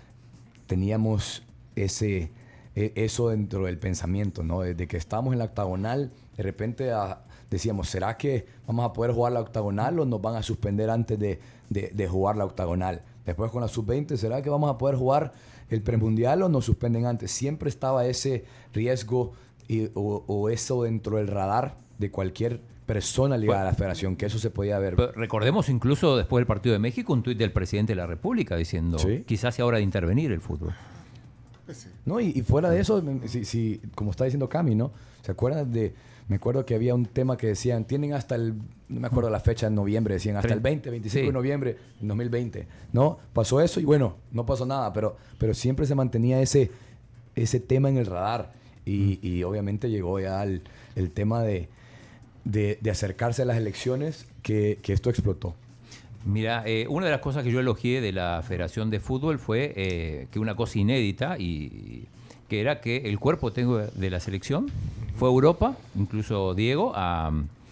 teníamos ese e- eso dentro del pensamiento, ¿no? Desde que estábamos en la octagonal, de repente ah, decíamos, ¿será que vamos a poder jugar la octagonal o nos van a suspender antes de, de- de jugar la octagonal? Después con la sub veinte, ¿será que vamos a poder jugar el premundial o nos suspenden antes? Siempre estaba ese riesgo y- o, o eso dentro del radar de cualquier persona ligada a la federación, que eso se podía ver. Pero recordemos incluso después del partido de México un tuit del presidente de la República diciendo Sí. quizás sea hora de intervenir el fútbol. Pues sí. No, y, y fuera de eso, si, si, como está diciendo Cami, ¿no? ¿Se acuerdan de...? Me acuerdo que había un tema que decían, tienen hasta el... No me acuerdo la fecha, en noviembre, decían hasta el veinte, veinticinco Sí. de noviembre en dos mil veinte, ¿no? Pasó eso y bueno, no pasó nada, pero, pero siempre se mantenía ese, ese tema en el radar. Y, y obviamente llegó ya el, el tema de, de, de acercarse a las elecciones que, que esto explotó. Mira, eh, una de las cosas que yo elogié de la Federación de Fútbol fue eh, que una cosa inédita y que era que el cuerpo técnico de la selección fue a Europa, incluso Diego, a,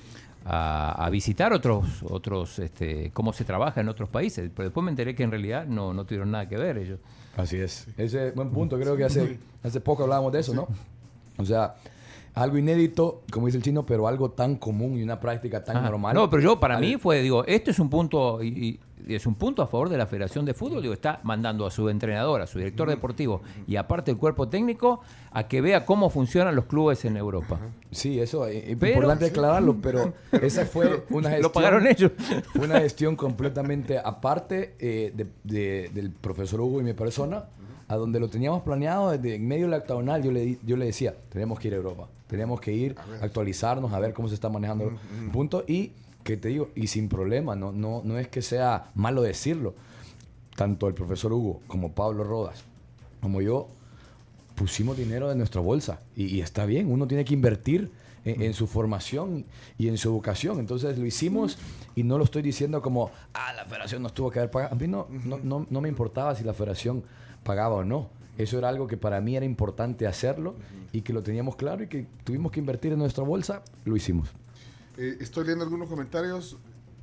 a, a visitar otros, otros este, cómo se trabaja en otros países. Pero después me enteré que en realidad no, no tuvieron nada que ver ellos. Así es. Ese es buen punto. Creo que hace, hace poco hablábamos de eso, ¿no? O sea, algo inédito, como dice el chino, pero algo tan común y una práctica tan Ajá. normal. No, pero yo, para Al- mí fue, digo, esto es un punto, y, y es un punto a favor de la Federación de Fútbol, digo, está mandando a su entrenador, a su director deportivo, y aparte el cuerpo técnico, a que vea cómo funcionan los clubes en Europa. Sí, eso es Pero- importante aclararlo, pero esa fue una gestión. Lo pagaron ellos. Fue una gestión completamente aparte eh, de- de- del profesor Hugo y mi persona, a donde lo teníamos planeado desde en medio de la octagonal. Yo le, di- yo le decía, tenemos que ir a Europa, tenemos que ir a actualizarnos, a ver cómo se está manejando el punto. Y que te digo, y sin problema, no, no, no es que sea malo decirlo. Tanto el profesor Hugo como Pablo Rodas, como yo, pusimos dinero de nuestra bolsa. Y, y está bien, uno tiene que invertir en, en su formación y en su educación. Entonces lo hicimos y no lo estoy diciendo como, ah, la federación nos tuvo que haber pagado. A mí no, no, no, no me importaba si la federación pagaba o no. Eso era algo que para mí era importante hacerlo y que lo teníamos claro y que tuvimos que invertir en nuestra bolsa, lo hicimos. Eh, estoy leyendo algunos comentarios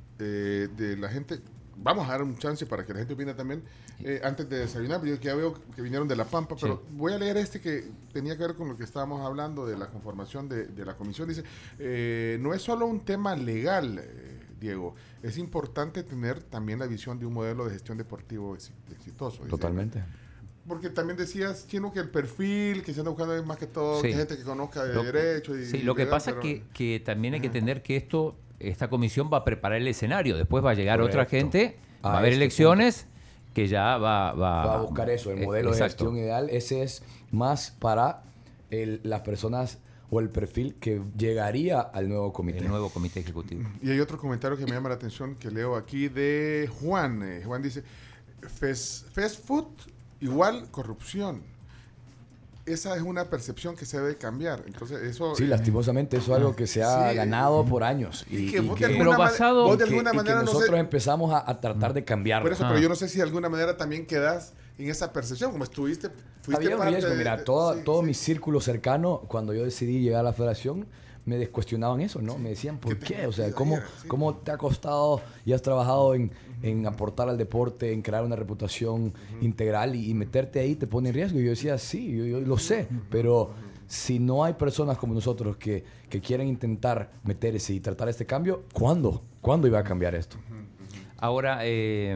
eh, de la gente. Vamos a dar un chance para que la gente opine también eh, antes de desayunar. Yo ya veo que vinieron de La Pampa, pero Sí. voy a leer este que tenía que ver con lo que estábamos hablando de la conformación de, de la comisión. Dice, eh, no es solo un tema legal, eh, Diego, es importante tener también la visión de un modelo de gestión deportivo ex- exitoso. Dice. Totalmente. Porque también decías, Chino, que el perfil que se anda buscando es más que todo Sí. que gente que conozca de Lo- derecho. Y, Sí, y lo que legal, pasa es pero- que, que también hay que entender que esto, esta comisión va a preparar el escenario. Después va a llegar otra Correcto. gente, A va a haber este elecciones, que ya va, va, va a buscar eso, el eh, modelo de exacto. gestión ideal. Ese es más para el- las personas o el perfil que llegaría al nuevo comité. El nuevo comité ejecutivo. Y hay otro comentario que me llama la atención que leo aquí de Juan. Eh, Juan dice, fast, fast food igual corrupción. Esa es una percepción que se debe cambiar. Entonces, eso... Sí, eh, lastimosamente eso es algo que se ha Sí. ganado por años. Y, Y que y vos que- de Pero alguna mane- basado- vos de y que- alguna y que manera no sé- nosotros empezamos a, a tratar de cambiarlo. Por eso, Ah. pero yo no sé si de alguna manera también quedas en esa percepción, como estuviste, fuiste Había un parte riesgo. de- Mira, de- todo, sí, todo sí. mi círculo cercano, cuando yo decidí llegar a la federación, me descuestionaban eso, ¿no? Me decían, ¿por ¿Qué te qué? O sea, metiste ¿cómo, ayer? Sí. ¿cómo te ha costado y has trabajado en, en aportar al deporte, en crear una reputación integral y, y meterte ahí te pone en riesgo? Y yo decía, sí, yo, yo lo sé, pero si no hay personas como nosotros que, que quieren intentar meterse y tratar este cambio, ¿cuándo? ¿Cuándo iba a cambiar esto? Ahora, eh,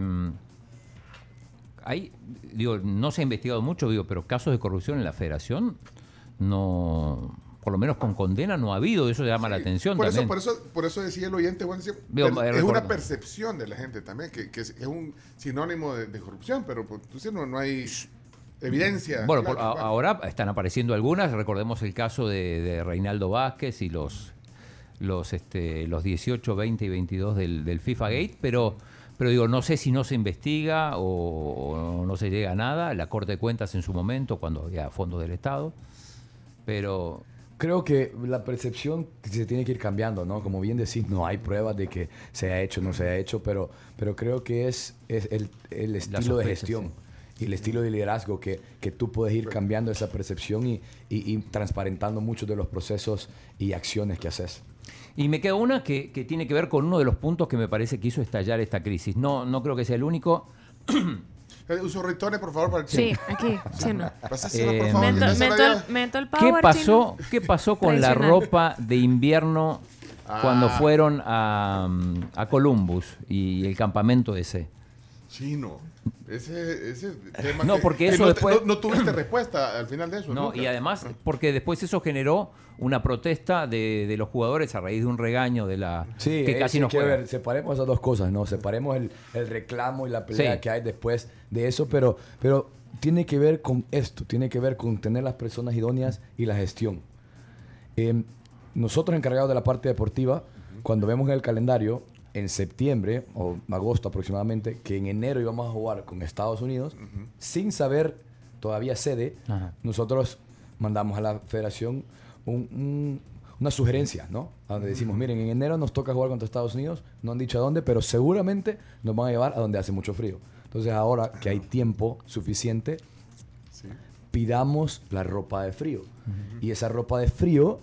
hay, digo, no se ha investigado mucho, digo, pero casos de corrupción en la federación, no, por lo menos con condena no ha habido, eso llama la atención Por eso, también. por eso, por eso decía el oyente, Juan, decía, Digo, per- eh, es recuerdo. una percepción de la gente también, que, que es, es un sinónimo de, de corrupción, pero pues, tú dices, no, no hay evidencia. Bueno, clara, por- a- claro. ahora están apareciendo algunas, recordemos el caso de, de Reinaldo Vázquez y los los este, los dieciocho, veinte y veintidós del, del FIFA Gate, pero pero digo, no sé si no se investiga o, o no se llega a nada, la Corte de Cuentas en su momento, cuando había fondos del Estado, pero Creo que la percepción que se tiene que ir cambiando, ¿no? Como bien decís, no hay pruebas de que se ha hecho o no se ha hecho, pero, pero creo que es, es el, el estilo de sospecha, gestión y el estilo de liderazgo que, que tú puedes ir cambiando esa percepción y, y, y transparentando muchos de los procesos y acciones que haces. Y me queda una que, que tiene que ver con uno de los puntos que me parece que hizo estallar esta crisis. No, no creo que sea el único. Eh, Un zorritones, por favor, para el Sí, chino. aquí, chino. Pásasela, por Eh, favor. que Mentol, no se la mentol, lleva. mentol ¿Qué power, pasó, chino. ¿Qué pasó con la Tradicional. ropa de invierno cuando Ah. fueron a, a Columbus y el campamento ese? Chino. Ese, ese tema No, que- porque que eso no, te- después- no, no tuviste respuesta al final de eso. No, nunca. y además, porque después eso generó una protesta de, de los jugadores a raíz de un regaño de la Sí, que eh, casi sí, no quiero juegan. ver, separemos esas dos cosas, ¿no? Separemos el, el reclamo y la pelea Sí. que hay después de eso, pero, pero tiene que ver con esto, tiene que ver con tener las personas idóneas y la gestión. Eh, nosotros encargados de la parte deportiva, cuando vemos en el calendario, en septiembre o agosto aproximadamente, que en enero íbamos a jugar con Estados Unidos, sin saber todavía sede, Ajá. nosotros mandamos a la federación un- un- una sugerencia, ¿no? A donde decimos, miren, en enero nos toca jugar contra Estados Unidos, no han dicho a dónde, pero seguramente nos van a llevar a donde hace mucho frío. Entonces ahora que hay tiempo suficiente, Sí. pidamos la ropa de frío. Uh-huh. Y esa ropa de frío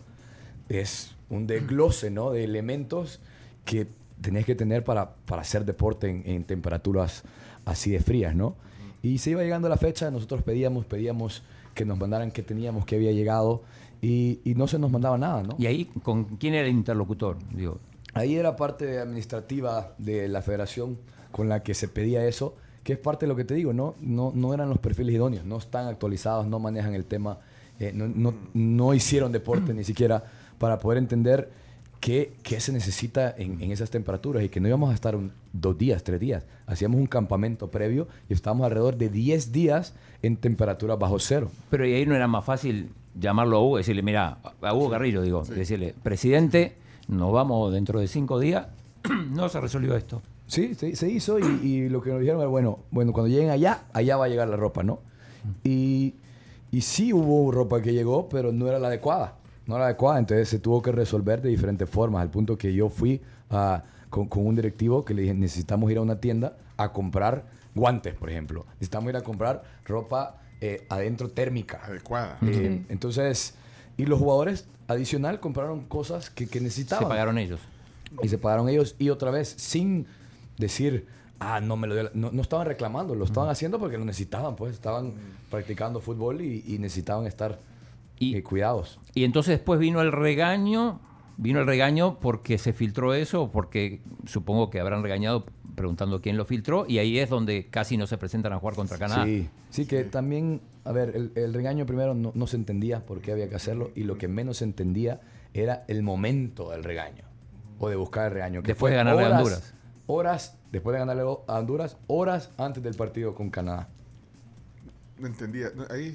es un desglose, ¿no?, de elementos que tenés que tener para, para hacer deporte en, en temperaturas así de frías, ¿no? Y se iba llegando la fecha, nosotros pedíamos, pedíamos que nos mandaran qué teníamos, qué había llegado, y, y no se nos mandaba nada, ¿no? ¿Y ahí con quién era el interlocutor? Digo. Ahí era parte administrativa de la federación con la que se pedía eso, que es parte de lo que te digo, ¿no? No, no eran los perfiles idóneos, no están actualizados, no manejan el tema, eh, no, no, no hicieron deporte ni siquiera para poder entender qué, qué se necesita en, en esas temperaturas, y que no íbamos a estar un, dos días, tres días. Hacíamos un campamento previo y estábamos alrededor de diez días en temperaturas bajo cero. Pero ¿y ahí no era más fácil llamarlo a Hugo y decirle, mira, a Hugo Garrido, digo, sí. decirle, presidente, nos vamos dentro de cinco días, no se resolvió esto? Sí, sí, se hizo, y, y lo que nos dijeron era, bueno, bueno, cuando lleguen allá, allá va a llegar la ropa, ¿no? Y, y sí hubo ropa que llegó, pero no era la adecuada. No era adecuada, entonces se tuvo que resolver de diferentes formas, al punto que yo fui a, con, con un directivo que le dije, necesitamos ir a una tienda a comprar guantes, por ejemplo. Necesitamos ir a comprar ropa eh, adentro térmica. Adecuada. Eh, uh-huh. Entonces, y los jugadores adicional compraron cosas que, que necesitaban. Se pagaron ellos. Y se pagaron ellos, y otra vez, sin decir, ah, no me lo dio la... no, no estaban reclamando, lo estaban uh-huh. haciendo porque lo necesitaban, pues estaban uh-huh. practicando fútbol y, y necesitaban estar y, eh, cuidados. Y entonces después vino el regaño, vino el regaño porque se filtró eso, porque supongo que habrán regañado preguntando quién lo filtró, y ahí es donde casi no se presentan a jugar contra Canadá. Sí, sí que sí. También, a ver, el, el regaño primero no, no se entendía por qué había que hacerlo, y lo que menos se entendía era el momento del regaño, o de buscar el regaño. Que después de ganarle horas, a Honduras. Horas, después de ganarle a Honduras, horas antes del partido con Canadá. No entendía. Ahí...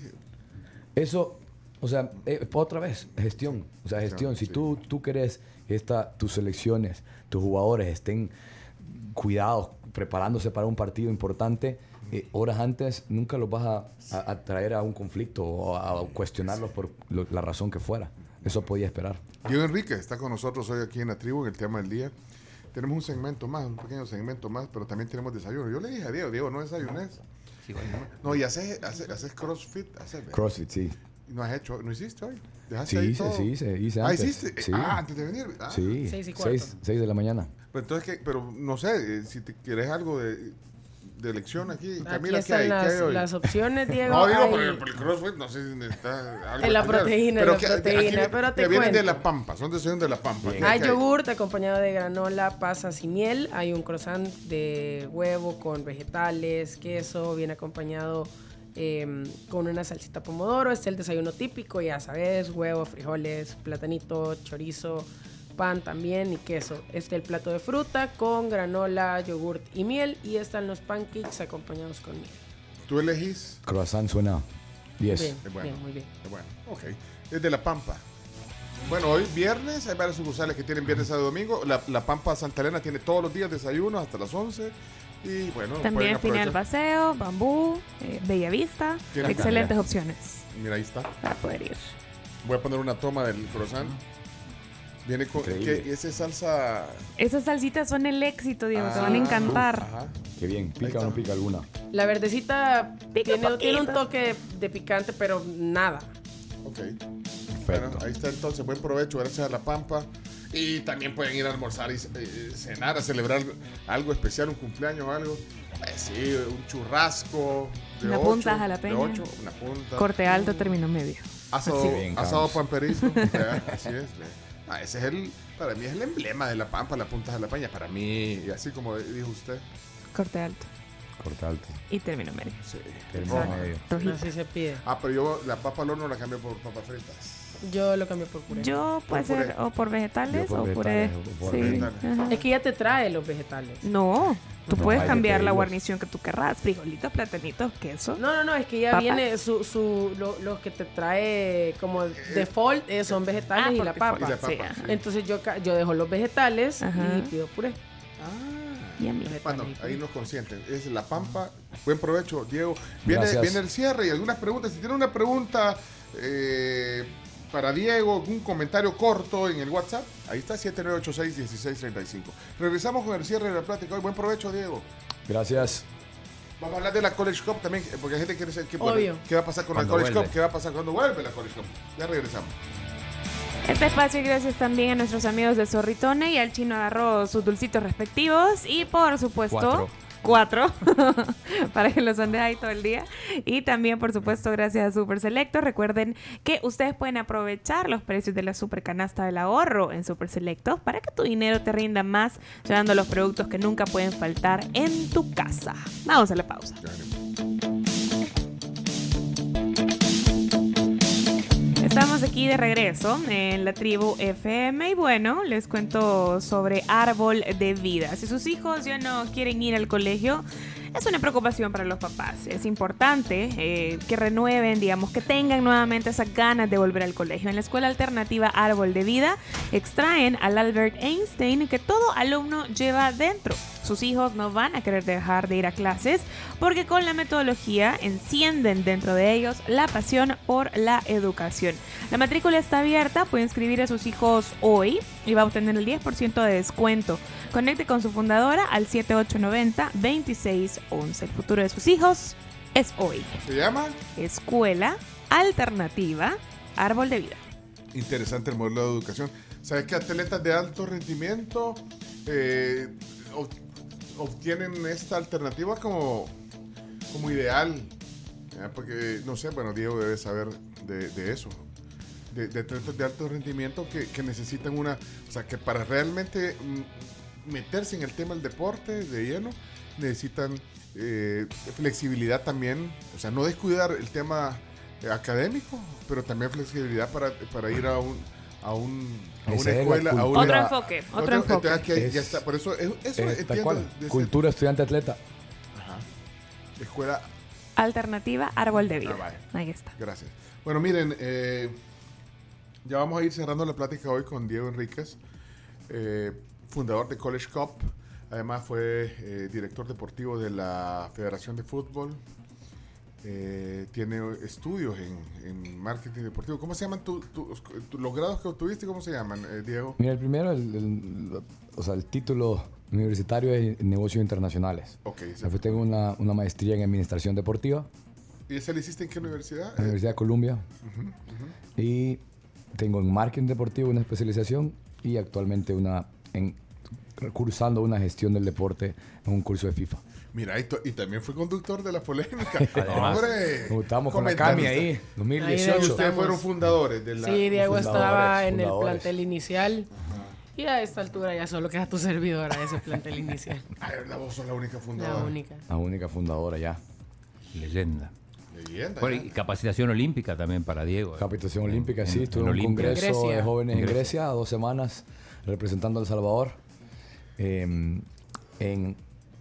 Eso, o sea, eh, otra vez, gestión. O sea, gestión. Si sí. tú, tú querés que esta, tus selecciones, tus jugadores estén cuidados, preparándose para un partido importante, eh, horas antes nunca los vas a, a, a traer a un conflicto o a, a cuestionarlos por lo, la razón que fuera. Eso podía esperar. Diego Enrique está con nosotros hoy aquí en la tribu, en el tema del día. Tenemos un segmento más, un pequeño segmento más, pero también tenemos desayuno. Yo le dije a Diego, Diego, no desayunes. Sí, bueno. No, y haces, haces, haces crossfit. Haces, crossfit, sí. ¿No has hecho? ¿No hiciste hoy? Sí, ahí hice, todo? sí, hice, hice ah, antes. ¿hiciste? Sí. Ah, antes de venir. Ah. Sí, seis y cuarto. seis, seis de la mañana. Pero entonces, ¿qué? Pero no sé, si te quieres algo de, de elección aquí. Aquí Camila, están ¿qué hay? las, ¿Qué hay hoy? las opciones, Diego. No, digo, hay... por el, por el crossfit, no sé si necesitas algo. En la especial. proteína, pero la que, proteína, aquí, pero te que vienen cuento. de La Pampa, son desayunos de La Pampa. ¿Qué, Hay qué yogurt acompañado de granola, pasas y miel. Hay un croissant de huevo con vegetales, queso, viene acompañado eh, con una salsita pomodoro. Este es el desayuno típico, ya sabes, huevo, frijoles, platanito, chorizo, pan también y queso. Este es el plato de fruta con granola, yogurt y miel. Y están los pancakes acompañados con miel. ¿Tú elegís? Croissant suena diez. Bien, Es bueno. bien, muy bien. Es bueno, ok. Es de La Pampa. Bueno, hoy viernes, hay varias sucursales que tienen viernes, sábado y domingo. La, la Pampa Santa Elena tiene todos los días desayuno hasta las once. Y bueno, también Final Paseo, Bambú, eh, Bellavista. Excelentes opciones. Mira, ahí está. Para poder ir. Voy a poner una toma del croissant. Viene con que esa salsa. Esas salsitas son el éxito, Diego. Ah, te van a encantar. Ajá. Qué bien. ¿Pica o no pica alguna? La verdecita Pica tiene, tiene un poquito. toque de picante, pero nada. Ok. Perfecto. Bueno, ahí está entonces. Buen provecho. Gracias a La Pampa. Y también pueden ir a almorzar y eh, cenar, a celebrar algo especial, un cumpleaños o algo. Pues sí, un churrasco. De Una ocho, punta jalapeña. De ocho, una punta. Corte alto, término medio. Asado, Bien, asado Carlos. pamperizo. Así es. Ah, ese es el, para mí es el emblema de La Pampa, la punta jalapeña. Para mí, y así como dijo usted. Corte alto Corta alto. y término medio. Sí. Término Roja. medio. Rojito. Así se pide. Ah, pero yo la papa al horno la cambio por papas fritas. Yo lo cambio por puré. Yo puede Por puré. ser o por vegetales Yo por o puré. vegetales, o por Sí. vegetales. Ajá. Es que ya te trae los vegetales. No, tú No, puedes hay de cambiar la pedirlos. guarnición que tú querrás. Frijolitos, platanitos, queso. No, no, no, es que ya Papas. viene su, su, lo, los que te trae como default eh, son vegetales Ah, y por la default. papa. Y la papa, Sí, sí. ajá. Entonces yo, ca- yo dejo los vegetales Ajá. y pido puré. Ah. Y a mí. Vegetales Bueno, y puré. ahí nos consienten. Es La Pampa. Buen provecho, Diego. Viene, Gracias. viene el cierre y algunas preguntas. Si tiene una pregunta eh, para Diego, un comentario corto en el WhatsApp, ahí está, siete nueve ocho seis, uno seis tres cinco. Regresamos con el cierre de la plática hoy. Buen provecho, Diego. Gracias. Vamos a hablar de la College Cup también, porque hay gente que quiere saber qué, Obvio. qué va a pasar con Cuando la College vuelve. Cup, qué va a pasar cuando vuelve la College Cup. Ya regresamos. Este espacio gracias también a nuestros amigos de Zorritone y al Chino agarró sus dulcitos respectivos y por supuesto Cuatro. cuatro para que los ande ahí todo el día y también por supuesto gracias a Super Selecto. Recuerden que ustedes pueden aprovechar los precios de la super canasta del ahorro en Super Selecto para que tu dinero te rinda más llevando los productos que nunca pueden faltar en tu casa. Vamos a la pausa. Estamos aquí de regreso en la Tribu F M y bueno, les cuento sobre Árbol de Vida. Si sus hijos ya no quieren ir al colegio, es una preocupación para los papás. Es importante eh, que renueven, digamos, que tengan nuevamente esas ganas de volver al colegio. En la Escuela Alternativa Árbol de Vida extraen al Albert Einstein que todo alumno lleva dentro. Sus hijos no van a querer dejar de ir a clases porque con la metodología encienden dentro de ellos la pasión por la educación. La matrícula está abierta, puede inscribir a sus hijos hoy y va a obtener el diez por ciento de descuento. Conecte con su fundadora al siete ocho nueve cero, dos seis uno uno. El futuro de sus hijos es hoy. ¿Se llama? Escuela Alternativa Árbol de Vida. Interesante el modelo de educación. ¿Sabes que atletas de alto rendimiento eh, ob- obtienen esta alternativa como, como ideal? ¿Ya? Porque, no sé, bueno, Diego debe saber de, de eso. De, de atletas de alto rendimiento que, que necesitan una... O sea, que para realmente mm, meterse en el tema del deporte de lleno, necesitan eh, flexibilidad también. O sea, no descuidar el tema eh, académico, pero también flexibilidad para, para ir a un... A, un, a una Esa es la escuela, a una, Otro enfoque, otro enfoque. entonces, aquí ya Es- está, por eso, eso, eso Es tal entiendo. cual. de ese- Cultura estudiante atleta. Ajá. Escuela. Alternativa Árbol de Vida. Ah, vaya. Ahí está. Gracias. Bueno, miren, eh, ya vamos a ir cerrando la plática hoy con Diego Enríquez, eh, fundador de College Cup. Además fue eh, director deportivo de la Federación de Fútbol. Eh, tiene estudios en, en marketing deportivo. ¿Cómo se llaman tu, tu- tu- los grados que obtuviste? ¿Cómo se llaman, eh, Diego? Mira, el primero, el, el- o sea, el título universitario es en negocios internacionales. Ok. Después tengo una, una maestría en administración deportiva ¿Y esa la hiciste en qué universidad? en la Universidad de Columbia. Y tengo en marketing deportivo una especialización y actualmente una en cursando una gestión del deporte en un curso de FIFA. Mira, y, to- y también fue conductor de la polémica. Además. Hombre, Como estábamos con la comentarista. Cami ahí, dos mil Y dieciocho. Ahí ustedes fueron fundadores de la... Sí, Diego fundadores, estaba en el fundadores. plantel inicial. Y a esta altura ya solo queda tu servidora ese plantel inicial. Ay, la vos sos la única fundadora. La única. La única fundadora ya. Leyenda. Leyenda. Bueno, ya. y capacitación olímpica también para Diego. ¿eh? Capacitación olímpica, En- sí. en Estuve en un Olimpia. congreso Grecia. de jóvenes en En Grecia. Grecia, dos semanas, representando a El Salvador. Eh, en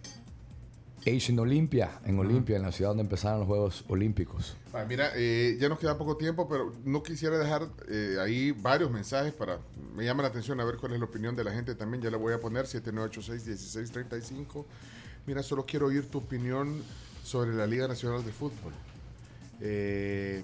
Asian Olympia, en Olimpia, en la ciudad donde empezaron los Juegos Olímpicos. Ah, mira, eh, ya nos queda poco tiempo, pero no quisiera dejar eh, ahí varios mensajes para... Me llama la atención a ver cuál es la opinión de la gente también. Ya la voy a poner, siete nueve ocho seis, uno seis tres cinco. Mira, solo quiero oír tu opinión sobre la Liga Nacional de Fútbol. Eh,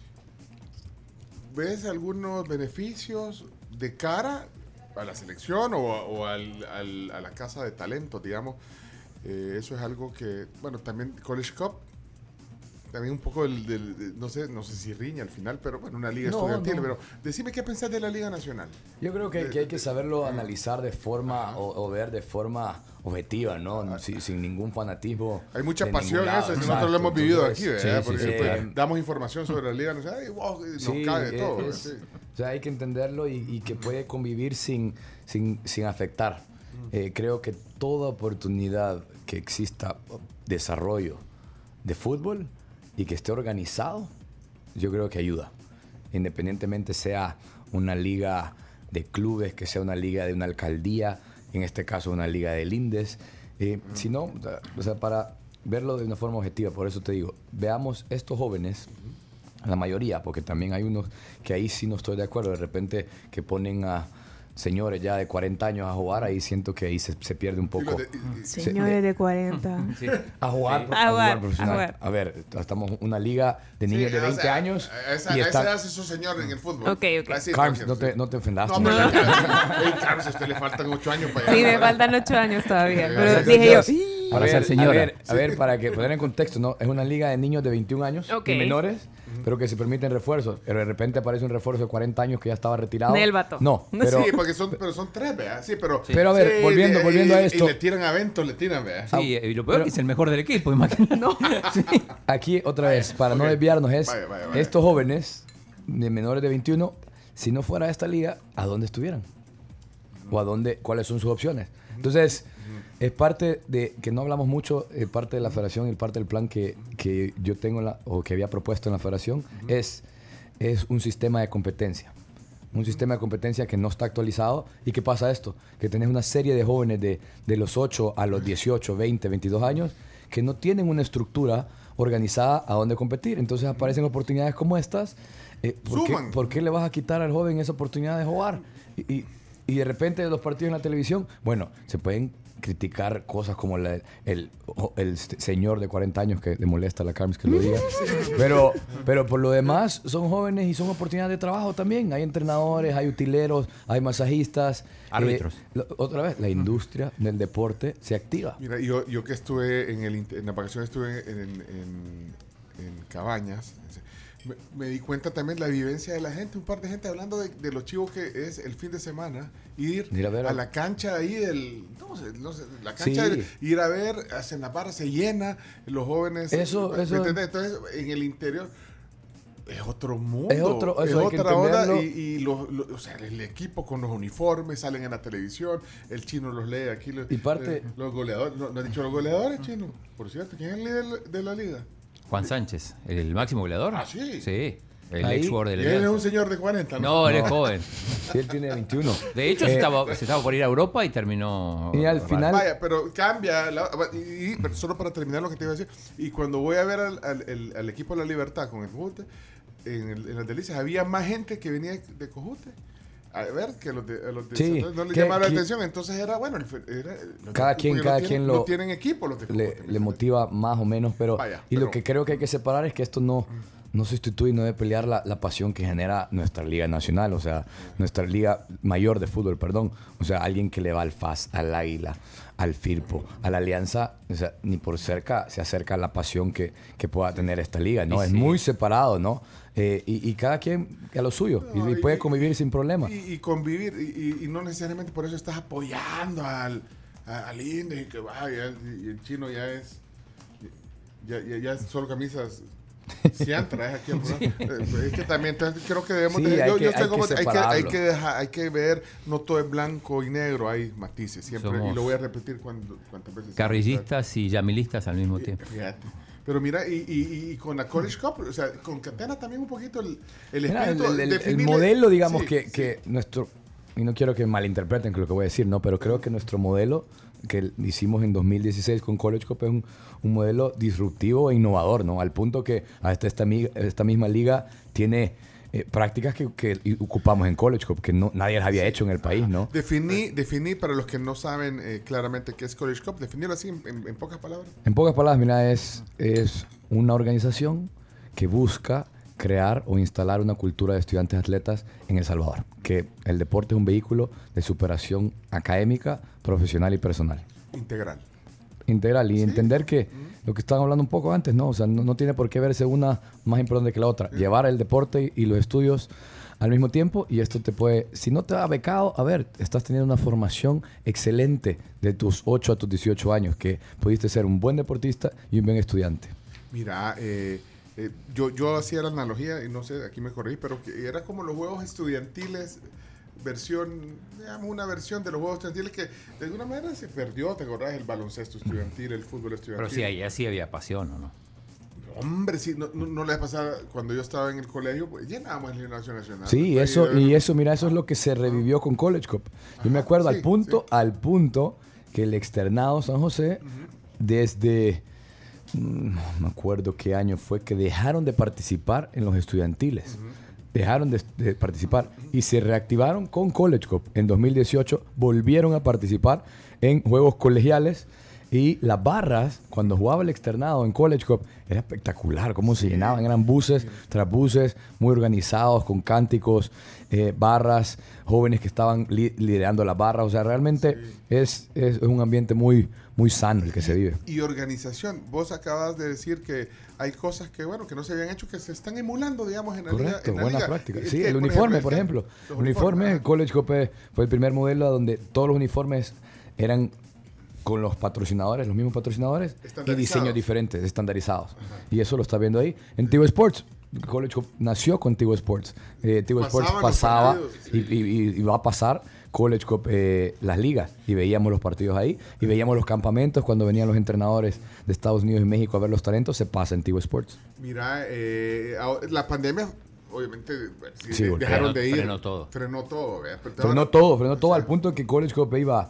¿Ves algunos beneficios de cara a la selección o, a- o al- al- a la casa de talentos, digamos? Eh, eso es algo que, bueno, también College Cup, también un poco del, del- de- no sé, no sé si riña al final, pero bueno, una liga No, estudiantil, no. pero decime qué pensás de la Liga Nacional. Yo creo que, que hay que saberlo analizar de forma o, o ver de forma objetiva, ¿no? Si- sin ningún fanatismo. Hay mucha de pasión ningún en lado. eso, nosotros lo hemos Exacto. vivido Entonces, aquí, ¿verdad? sí, Porque sí, pues, eh, damos información sobre la Liga Nacional y wow, nos Sí, cae de es- todo. es- sí. O sea, hay que entenderlo y, y que puede convivir sin, sin, sin afectar. Eh, creo que toda oportunidad que exista desarrollo de fútbol y que esté organizado, yo creo que ayuda. Independientemente sea una liga de clubes, que sea una liga de una alcaldía, en este caso una liga de lindes. Eh, Si no, o sea, para verlo de una forma objetiva, por eso te digo, veamos estos jóvenes, la mayoría, porque también hay unos que ahí sí no estoy de acuerdo, de repente que ponen a señores ya de cuarenta años a jugar, ahí siento que ahí se, se pierde un Y poco. los de- y- y- Se- Señores de cuarenta. Sí. A jugar, Sí. a A jugar jugar, profesional. a jugar. A ver, estamos en una liga de niños sí, de o veinte sea, años A esa, y a esa está... edad es su señor en el fútbol. Ok, ok. Así, Carms, por no ejemplo, te, no te ofendas. No, hombre. pero Ey, Carms, a usted le faltan ocho años para Sí, allá. me faltan ocho años todavía. Sí, Pero o sea, dije yo, sí. para ver, ser señora. A ver, a ver, para que poner en contexto, ¿no? Es una liga de niños de veintiún años Ok. y menores, pero que se permiten refuerzos. Pero de repente aparece un refuerzo de cuarenta años que ya estaba retirado. Del vato. No, pero, sí, porque son, pero son tres, ¿verdad? Sí, pero... Pero a ver, sí, volviendo- y- volviendo a y- esto. Y le tiran a Bento, le tiran, ¿verdad? Sí, y lo peor es que es el mejor del equipo, imagínate. No. aquí otra vez, para ok. no desviarnos, es Vaya, vaya, vaya. estos jóvenes de menores de veintiuno, si no fuera esta liga, ¿a dónde estuvieran? ¿O a dónde, cuáles son sus opciones? Entonces, es parte de, que no hablamos mucho, eh, parte de la federación y parte del plan que, que yo tengo en la- o que había propuesto en la federación, es, es un sistema de competencia. Un sistema de competencia que no está actualizado. ¿Y qué pasa esto? Que tenés una serie de jóvenes de, de los ocho a los dieciocho, veinte, veintidós años que no tienen una estructura organizada a dónde competir. Entonces aparecen oportunidades como estas. Eh, ¿por, qué, Suman. por qué le vas a quitar al joven esa oportunidad de jugar? Y, y- y de repente los partidos en la televisión, bueno, se pueden criticar cosas como la- el, el señor de cuarenta años que le molesta a la Carms que lo diga. Pero, pero por lo demás son jóvenes y son oportunidades de trabajo también. Hay entrenadores, hay utileros, hay masajistas. Árbitros. Eh, lo- otra vez, la industria del deporte se activa. Mira, yo, yo que estuve en, el, int- en la vacación, estuve en, en, en- en Cabañas, me, me di cuenta también la vivencia de la gente, un par de gente hablando de, de lo chivo que es el fin de semana, ir Ir a ver a a- la cancha ahí del, no sé, no sé, la cancha, Sí. del- ir a ver, hacen la barra, se llena, los jóvenes, Eso- ¿me eso- entendés? Entonces, en el interior es otro mundo, Es otro- eso hay que otra onda, y, entenderlo. y los- los- o sea, el equipo con los uniformes salen en la televisión, el chino los lee aquí, los, Y parte- eh, los goleadores, no, no he dicho los goleadores, chino, por cierto, ¿quién es el líder de la liga? Juan Sánchez, el máximo goleador. Ah, sí. Sí, el Ahí- ex jugador Y del él es Alianza. un señor de cuarenta, ¿no? No, él es joven. Sí, él tiene veintiuno. De hecho, se, Eh, estaba, se estaba por ir a Europa y terminó. Y al raro. final- Vaya, pero cambia, la- y, y- pero solo para terminar lo que te iba a decir, y cuando voy a ver al, al- el- al equipo de la Libertad con el Cojute, en, el- en las Delicias había más gente que venía de Cojute a ver que los de, a los de Sí, entonces no les que- llamaba la que- atención, entonces era bueno, el fe- era, los Cada de- quien- porque cada no tienen, quien lo- no tienen equipo los de le, Cojute, le motiva más o menos, pero Vaya, y pero- lo que creo que hay que separar es que esto no, no sustituye y no debe pelear la, la pasión que genera nuestra liga nacional, o sea, nuestra liga mayor de fútbol, perdón, o sea, alguien que le va al F A S, al Águila, al Firpo, a la Alianza, o sea, ni por cerca se acerca a la pasión que, que pueda tener esta liga, ¿no? Y Es sí. muy separado, ¿no? Eh, y, y cada quien a lo suyo, y- No, y, y- puede convivir sin problema. Y, y convivir, y, y- y no necesariamente por eso estás apoyando al, a- al Indy, que vaya, y el chino ya es, ya, ya, ya es solo camisas. Sian traes aquí al programa. Eh, Es que también entonces, creo que debemos Sí, de- hay yo, que- yo estoy hay que como- hay que, hay separarlo. que dejar, hay que ver, no todo es blanco y negro, hay matices siempre, Somos y lo voy a repetir cuando, cuantas veces. Carrillistas y yamilistas al mismo Y- tiempo. Fíjate. Pero mira, y, y, y con la College Cup, o sea, concatena también un poquito el, el Mira, el, espíritu. el- el- el definirle- modelo, digamos, Sí, que, sí. que nuestro, y no quiero que malinterpreten lo que voy a decir, ¿no? Pero creo que nuestro modelo que hicimos en dos mil dieciséis con College Cup es un, un modelo disruptivo e innovador, ¿no? Al punto que hasta esta, mi- esta misma liga tiene eh, prácticas que, que ocupamos en College Cup, que no, nadie las había hecho en el país, ¿no? Definí, definí para los que no saben eh, claramente qué es College Cup, definirlo así en, en- en pocas palabras. En pocas palabras, mira, es, es una organización que busca crear o instalar una cultura de estudiantes atletas en El Salvador, que el deporte es un vehículo de superación académica, profesional y personal. Integral. Integral y entender que lo que estaban hablando un poco antes, ¿no? O sea, no, no tiene por qué verse una más importante que la otra. Llevar el deporte y los estudios al mismo tiempo y esto te puede, si no te ha becado, a ver, estás teniendo una formación excelente de tus ocho a tus dieciocho años, que pudiste ser un buen deportista y un buen estudiante. Mira, eh, eh, yo, yo hacía la analogía, y no sé, aquí me corregí, pero que era como los juegos estudiantiles, versión, digamos, una versión de los juegos estudiantiles que de alguna manera se perdió, ¿te acordás? El baloncesto estudiantil, el fútbol estudiantil. Pero sí, ahí sí había pasión, ¿o no? Hombre, sí, no, no, no les pasaba cuando yo estaba en el colegio, pues llenábamos el gimnasio nacional. Sí, Pues, eso, ahí, y eh, eso, mira, eso es lo que se revivió con College Cup. Yo me Ajá, acuerdo sí, al punto, sí. al punto que el externado San José, desde, mm, no me acuerdo qué año fue, que dejaron de participar en los estudiantiles. Dejaron de, de participar y se reactivaron con College Cup. En dos mil dieciocho volvieron a participar en juegos colegiales Y las barras, cuando jugaba el externado en College Cup, era espectacular cómo se llenaban. Eran buses tras buses, muy organizados, con cánticos, eh, barras, jóvenes que estaban li liderando las barras. O sea, realmente sí. es, es un ambiente muy, muy sano el que se vive. Y organización. Vos acabas de decir que hay cosas que, bueno, que no se habían hecho, que se están emulando, digamos, en la Correcto, liga. Correcto, buena liga. práctica. Es Sí, que, el por uniforme, ejemplo, por ejemplo. Los Uniforme, uniformes, College Cup fue el primer modelo donde todos los uniformes eran con los patrocinadores, los mismos patrocinadores y diseños diferentes, estandarizados. Ajá. Y eso lo está viendo ahí. En Tigo Sports, College Cup nació con Tigo Sports. Eh, Tigo Sports pasaba partidos, sí. y, y, y va a pasar College Cup eh, las ligas. Y veíamos los partidos ahí. Y veíamos los campamentos cuando venían los entrenadores de Estados Unidos y México a ver los talentos. Se pasa en Tigo Sports. Mira, eh, la pandemia... Obviamente sí, sí, dejaron de ir. Frenó todo. Frenó todo. Frenó todo, frenó todo al punto que College Cup iba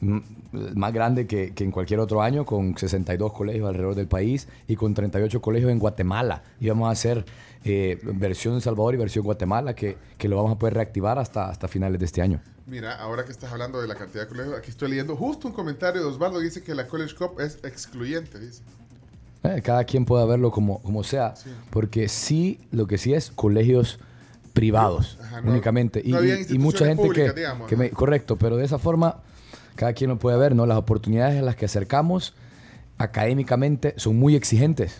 más grande que, que en cualquier otro año, con sesenta y dos colegios alrededor del país y con treinta y ocho colegios en Guatemala. Íbamos a hacer eh, versión Salvador y versión Guatemala, que, que lo vamos a poder reactivar hasta, hasta finales de este año. Mira, ahora que estás hablando de la cantidad de colegios, aquí estoy leyendo justo un comentario de Osvaldo que dice que la College Cup es excluyente, dice. Eh, cada quien pueda verlo como, como sea, sí. porque sí, lo que sí es colegios privados, Ajá, no, únicamente. Y, no y, y mucha gente públicas, que, digamos, que me, correcto, pero de esa forma cada quien lo puede ver, ¿no? Las oportunidades a las que acercamos académicamente son muy exigentes.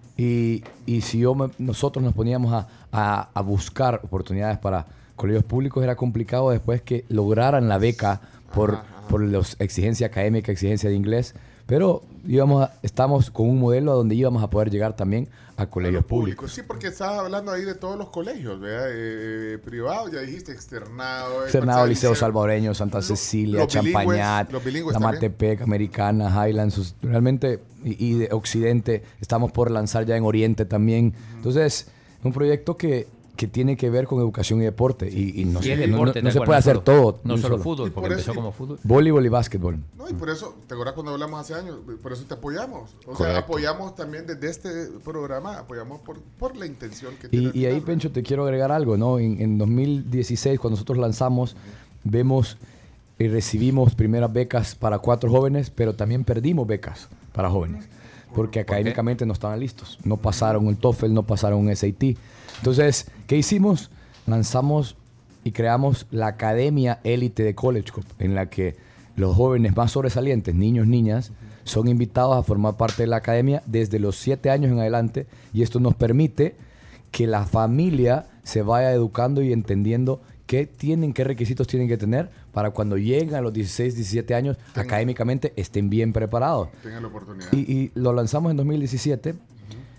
Y, y si yo me, nosotros nos poníamos a, a, a buscar oportunidades para colegios públicos, era complicado después que lograran la beca por, ajá, ajá. por la exigencia académica, exigencia de inglés. Pero íbamos a, estamos con un modelo donde íbamos a poder llegar también a colegios a públicos. públicos. Sí, porque estabas hablando ahí de todos los colegios, ¿verdad? Eh, privados, ya dijiste, externado. Externado, Liceo Salvadoreño, Santa Cecilia, lo, Champañat, La Matepec, Americana, Highlands, realmente, y, y de Occidente, estamos por lanzar ya en Oriente también. Mm. Entonces, es un proyecto que... que tiene que ver con educación y deporte. Y, y no, y se, deporte, no, no se puede hacer todo. No solo, solo fútbol, porque empezó como fútbol. Voleibol y básquetbol. No, y por eso, ¿te acuerdas cuando hablamos hace años? Por eso te apoyamos. O Correcto. sea, apoyamos también desde este programa, apoyamos por, por la intención que tiene. Y, y ahí, Pencho, te quiero agregar algo, ¿no? En, en dos mil dieciséis, cuando nosotros lanzamos, uh-huh. vemos y recibimos primeras becas para cuatro jóvenes, pero también perdimos becas para jóvenes. Porque ¿Por académicamente qué? no estaban listos. No pasaron el TOEFL, no pasaron un S A T. Entonces, ¿qué hicimos? Lanzamos y creamos la Academia Élite de College Cup, en la que los jóvenes más sobresalientes, niños, niñas, son invitados a formar parte de la academia desde los siete años en adelante, y esto nos permite que la familia se vaya educando y entendiendo qué tienen, qué requisitos tienen que tener para cuando lleguen a los dieciséis, diecisiete años, Tenga, académicamente estén bien preparados. Tengan la oportunidad. Y, y lo lanzamos en dos mil diecisiete, uh-huh.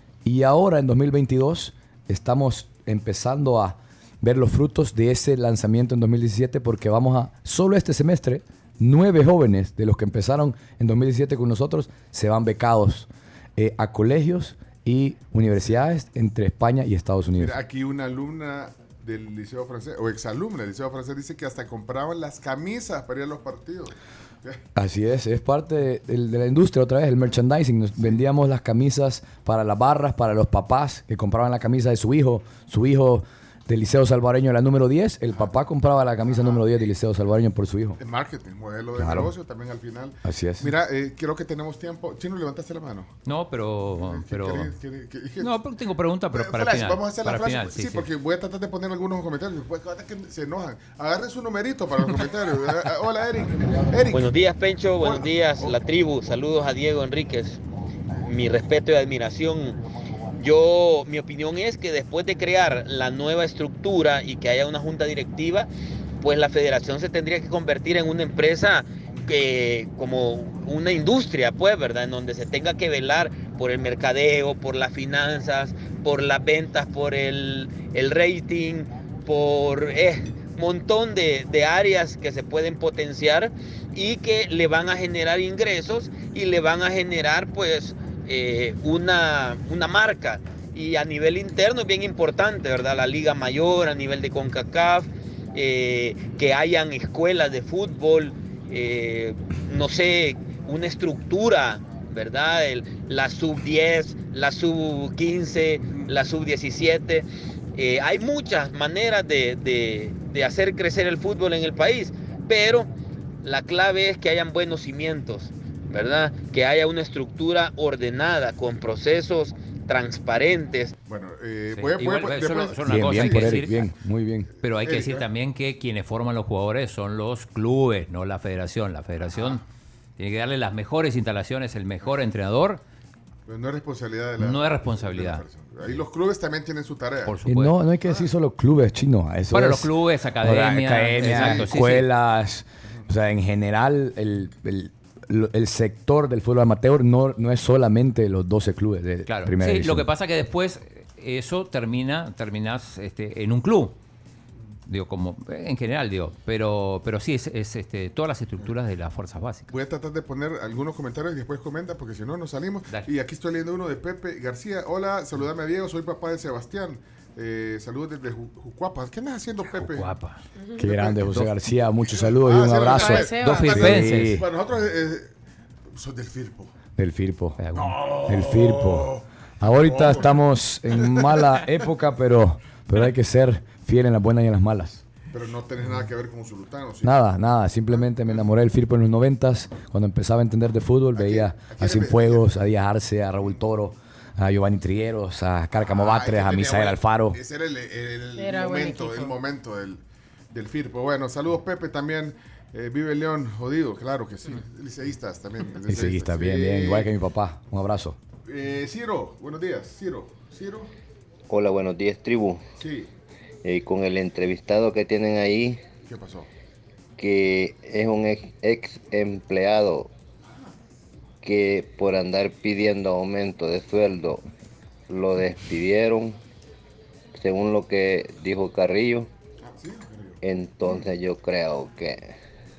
y ahora en dos mil veintidós estamos empezando a ver los frutos de ese lanzamiento en dos mil diecisiete, porque vamos a, solo este semestre, nueve jóvenes de los que empezaron en dos mil diecisiete con nosotros se van becados eh, a colegios y universidades entre España y Estados Unidos. Mira, aquí una alumna del Liceo Francés, o exalumna del Liceo Francés, dice que hasta compraban las camisas para ir a los partidos. Así es, es parte de, de, de la industria otra vez, el merchandising. Nos vendíamos las camisas para las barras, para los papás que compraban la camisa de su hijo, su hijo del Liceo Salvadoreño, la número diez, el papá compraba la camisa Ajá. número diez del Liceo Salvadoreño por su hijo. El marketing, modelo de claro. negocio también al final. Así es. Mira, eh, creo que tenemos tiempo. Chino, ¿levantaste la mano? No, pero... pero... ¿Qué, qué, qué, qué? No, pero tengo preguntas, pero para flash, final. Vamos a hacer la flash. Final, sí, sí, sí, porque voy a tratar de poner algunos comentarios. Después que se enojan. Agarren su numerito para los comentarios. Hola, Eric. Eric. Buenos días, Pencho. Buenos Hola. días, la tribu. Saludos a Diego Enríquez. Mi respeto y admiración. Yo, mi opinión es que después de crear la nueva estructura y que haya una junta directiva, pues la federación se tendría que convertir en una empresa que, como una industria, pues, ¿verdad? En donde se tenga que velar por el mercadeo, por las finanzas, por las ventas, por el, el rating, por eh, un montón de, de áreas que se pueden potenciar y que le van a generar ingresos y le van a generar, pues, Eh, una, una marca. Y a nivel interno es bien importante, ¿verdad? La Liga Mayor, a nivel de CONCACAF, eh, que hayan escuelas de fútbol, eh, no sé, una estructura, ¿verdad? El, la sub diez, la sub quince, la sub diecisiete. Eh, hay muchas maneras de, de, de hacer crecer el fútbol en el país, pero la clave es que hayan buenos cimientos. ¿verdad? Que haya una estructura ordenada con procesos transparentes. Bueno, eh, Sí, voy a, voy a- igual, después- solo- solo una Bien, cosa bien hay por que Eric, decir, bien, muy bien. pero hay que Erika. decir también que quienes forman los jugadores son los clubes, no la federación. La federación tiene que darle las mejores instalaciones, el mejor entrenador, Pero no es responsabilidad de la... no es de responsabilidad. la persona. Ahí los clubes también tienen su tarea. por Y supuesto. no, no hay que decir solo clubes chinos. Eso Bueno, es- los clubes, academias, academias, exacto, sí, sí. escuelas. O sea, en general, el, el, lo- el sector del fútbol amateur no, no es solamente los doce clubes de Claro. primera Sí, división. lo que pasa que después eso termina, terminas este, en un club. Digo, como en general, digo, pero, pero sí es, es este, todas las estructuras de las fuerzas básicas. Voy a tratar de poner algunos comentarios y después comenta, porque si no, nos salimos. Dale. Y aquí estoy leyendo uno de Pepe García. Hola, saludame a Diego, soy papá de Sebastián. Eh, saludos desde Ju- Jucuapa. ¿Qué andas haciendo, Pepe? Guapa. Qué grande, José Dos- García. Muchos saludos y Ah, un sí, abrazo. Pepe. Seba. Dos También, firpenses. Para nosotros, eh, sos del Firpo. Del Firpo. No. El Firpo. Ahorita estamos en mala época, pero, pero hay que ser fiel en las buenas y en las malas. Pero no tenés nada que ver con Sultano. ¿sí? Nada, nada. Simplemente me enamoré del Firpo en los noventas. Cuando empezaba a entender de fútbol, veía aquí a le- Cienfuegos, a Díaz Arce, a Raúl Toro, a Giovanni Trigueros, a Cárcamo Ah, Batres, ese a tenía Misael buen- Alfaro. Ese era el, el Era buen momento, equipo. el momento del, del Firpo. Bueno, saludos, Pepe, también. Eh, vive el León, jodido, claro que sí. Liceístas también. Y seguista, bien, sí. bien. Igual que mi papá. Un abrazo. Eh, Ciro, buenos días. Ciro, Ciro, Hola, buenos días, tribu. sí. Eh, con el entrevistado que tienen ahí, ¿Qué pasó? que es un ex, ex empleado que por andar pidiendo aumento de sueldo lo despidieron, según lo que dijo Carrillo. Ah, sí. Entonces yo creo que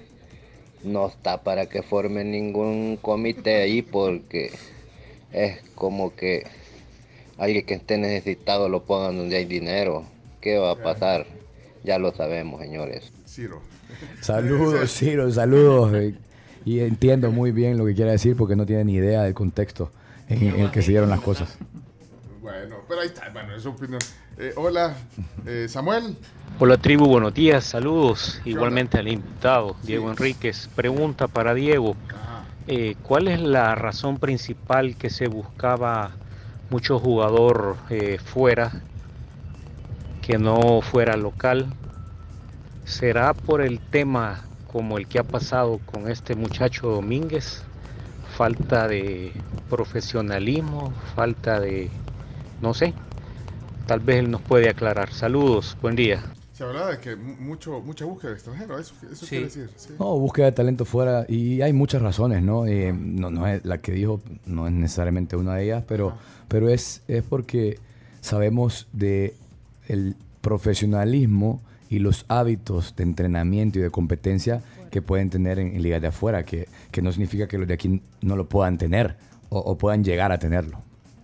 no está para que formen ningún comité ahí, porque es como que alguien que esté necesitado lo pongan donde hay dinero. ¿Qué va a pasar? Ya lo sabemos, señores. Ciro. Saludos, Ciro, saludos. eh, Y entiendo muy bien lo que quiere decir porque no tiene ni idea del contexto en, en el que se dieron las cosas. Bueno, pero ahí está, bueno, es su opinión. Eh, hola, eh, Samuel. Hola tribu, buenos días, saludos. ¿Qué Igualmente al invitado, Diego Sí. Enríquez. Pregunta para Diego, Ajá. eh, ¿cuál es la razón principal que se buscaba mucho jugador eh, fuera, que no fuera local? ¿Será por el tema como el que ha pasado con este muchacho Domínguez? Falta de profesionalismo, falta de, no sé, tal vez él nos puede aclarar. Saludos, buen día. Se hablaba de que mu- mucho, mucha búsqueda de extranjero, eso, eso Sí. quiere decir. Sí. No, búsqueda de talento fuera y hay muchas razones, ¿no? Eh, no, no es la que dijo, no es necesariamente una de ellas, pero, pero es, es porque sabemos de el profesionalismo y los hábitos de entrenamiento y de competencia que pueden tener en, en ligas de afuera, que, que no significa que los de aquí no lo puedan tener o, o puedan llegar a tenerlo.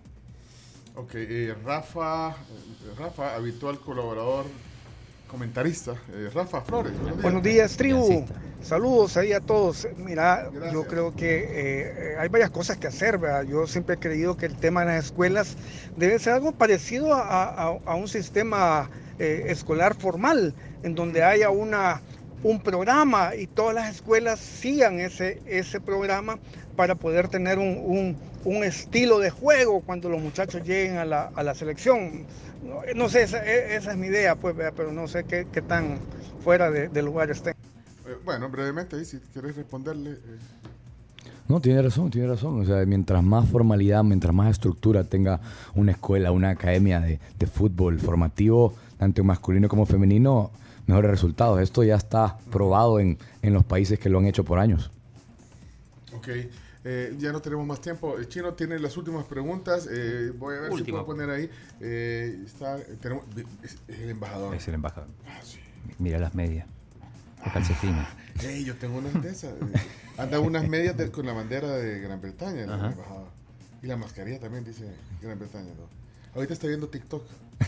Ok, eh, Rafa, eh, Rafa, habitual colaborador, comentarista. Eh, Rafa Flores, buenos días. Buenos días, tribu. Aliancista. Saludos ahí a todos. Mira, Gracias. yo creo que eh, hay varias cosas que hacer, ¿verdad? Yo siempre he creído que el tema de las escuelas debe ser algo parecido a, a- a un sistema eh, escolar formal, en donde haya una, un programa y todas las escuelas sigan ese, ese programa para poder tener un, un- un estilo de juego cuando los muchachos lleguen a la, a la selección. No, no sé, esa, esa es mi idea, pues, ¿verdad? Pero no sé qué, qué tan fuera de, de lugar estén. Eh, bueno, brevemente, ahí, si querés responderle. eh, No, tiene razón, tiene razón. O sea, mientras más formalidad, mientras más estructura tenga una escuela, una academia de, de fútbol formativo, tanto masculino como femenino, mejores resultados. Esto ya está probado en, en los países que lo han hecho por años. ok, eh, ya no tenemos más tiempo. El Chino tiene las últimas preguntas. Eh, voy a ver Última. si puedo poner ahí. Eh, está, tenemos, es, es el embajador. Es el embajador. Ah, sí. Mira las medias. Los calcetines. Hey, yo tengo unas de esas. eh, Anda unas medias de- con la bandera de Gran Bretaña, el Ajá. embajador. Y la mascarilla también dice Gran Bretaña, ¿no? Ahorita estoy viendo TikTok.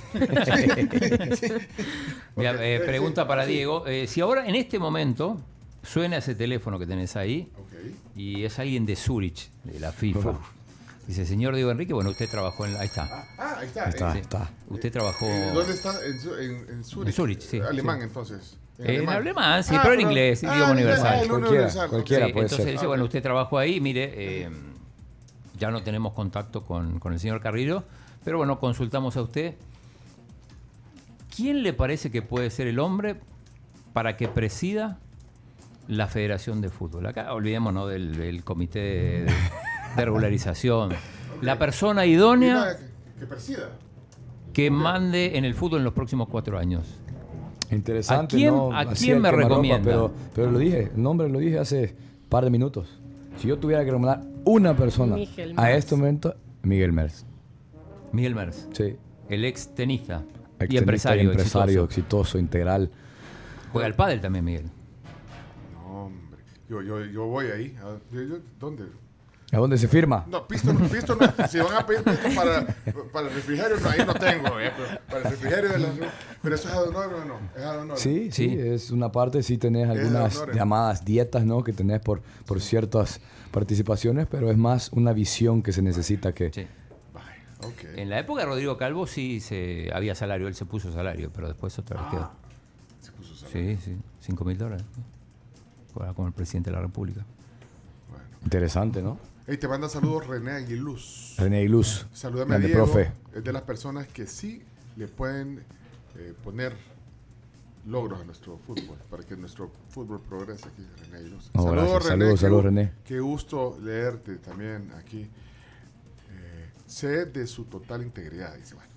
Mira, Ok, eh, eh, pregunta sí, para sí. Diego. Eh, si ahora en este momento suena ese teléfono que tenés ahí Ok. y es alguien de Zurich, de la FIFA, Dice, señor Diego Enrique, bueno, usted trabajó en... Ahí está. Ah, ah, ahí está. Ahí está, Eh, está. Usted trabajó... eh, ¿Dónde está? En, Zu- en, en Zurich. En Zurich, sí, Alemán, sí. entonces. En alemán, sí, Ah, pero en inglés, idioma ah, universal. ah, el Cualquiera, universal. cualquiera. Sí, puede entonces ser. dice, bueno, usted trabajó ahí, mire, eh, ya no tenemos contacto con, con el señor Carrillo, pero bueno, consultamos a usted. ¿Quién le parece que puede ser el hombre para que presida la Federación de Fútbol? Acá olvidémonos del, del comité de, de regularización. La persona idónea Mira, que, que presida. que mande en el fútbol en los próximos cuatro años. Interesante, ¿A quién- ¿no? a Así quién el me quemarropa, recomienda? Pero, pero lo dije, el nombre lo dije hace un par de minutos. Si yo tuviera que nombrar una persona Miguel a Mers. este momento, Miguel Mers. Miguel Mers, Sí. el ex tenista y Extenista empresario, empresario exitoso. exitoso, integral. Juega al pádel también, Miguel. No, hombre. Yo, yo, yo voy ahí. A- yo- yo- ¿Dónde? ¿A dónde se firma? No, pisto, no, pisto no. Si van a pedir pisto para, para el refrigerio, no, ahí no tengo. eh, pero para el refrigerio de la... Pero eso es ad honorem o no. Es ad honorem. Sí, sí, Sí. es una parte, sí tenés algunas honores. llamadas dietas, ¿no? Que tenés por, por ciertas participaciones, pero es más una visión que se necesita que... Sí. Vaya, ok. En la época de Rodrigo Calvo sí se, había salario, él se puso salario, pero después otra vez quedó. Ah, se puso salario. Sí, sí, cinco mil dólares. Juega como el presidente de la República. Bueno. Interesante, ¿no? Hey, te manda saludos René Aguiluz. René Luz. Salúdame a Grande Diego. profe. Es de las personas que sí le pueden eh, poner logros a nuestro fútbol, para que nuestro fútbol progrese aquí, René Aguiluz. Oh, gracias. Saludos, qué saludos, gu- René. Qué gusto leerte también aquí. Eh, sé de su total integridad. Dice, bueno,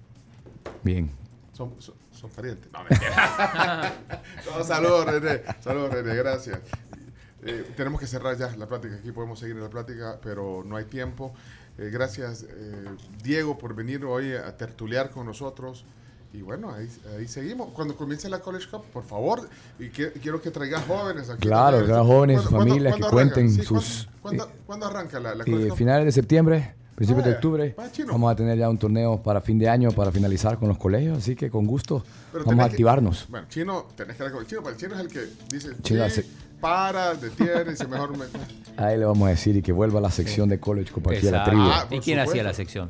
Bien. son, son, son parientes. No, mentira. No, saludos, René. Saludos, René. Gracias. Eh, tenemos que cerrar ya la plática. Aquí podemos seguir en la plática, pero no hay tiempo. Eh, gracias, eh, Diego, por venir hoy a tertuliar con nosotros. Y bueno, ahí, ahí seguimos. Cuando comience la College Cup, por favor, y que, quiero que traigas jóvenes aquí. Claro, también. traigas jóvenes, ¿Cuándo- sus familias, cuándo- que cuándo cuenten arranca? Sí, sus... ¿cuándo, cuándo- cuándo arranca la, la College Eh, Cup? finales de septiembre, principios de Vaya, octubre, vaya, chino. vamos a tener ya un torneo para fin de año para finalizar con los colegios, así que con gusto Pero vamos a tenés que- activarnos. bueno, Chino, tenés que hablar con el Chino, porque el Chino es el que dice, Chino sí, hace- para, detiene, dice mejor... Me... A él le vamos a decir y que vuelva a la sección de College Cup aquí a la Exacto. tribu. Ah, ¿Y por quién supuesto. hacía la sección?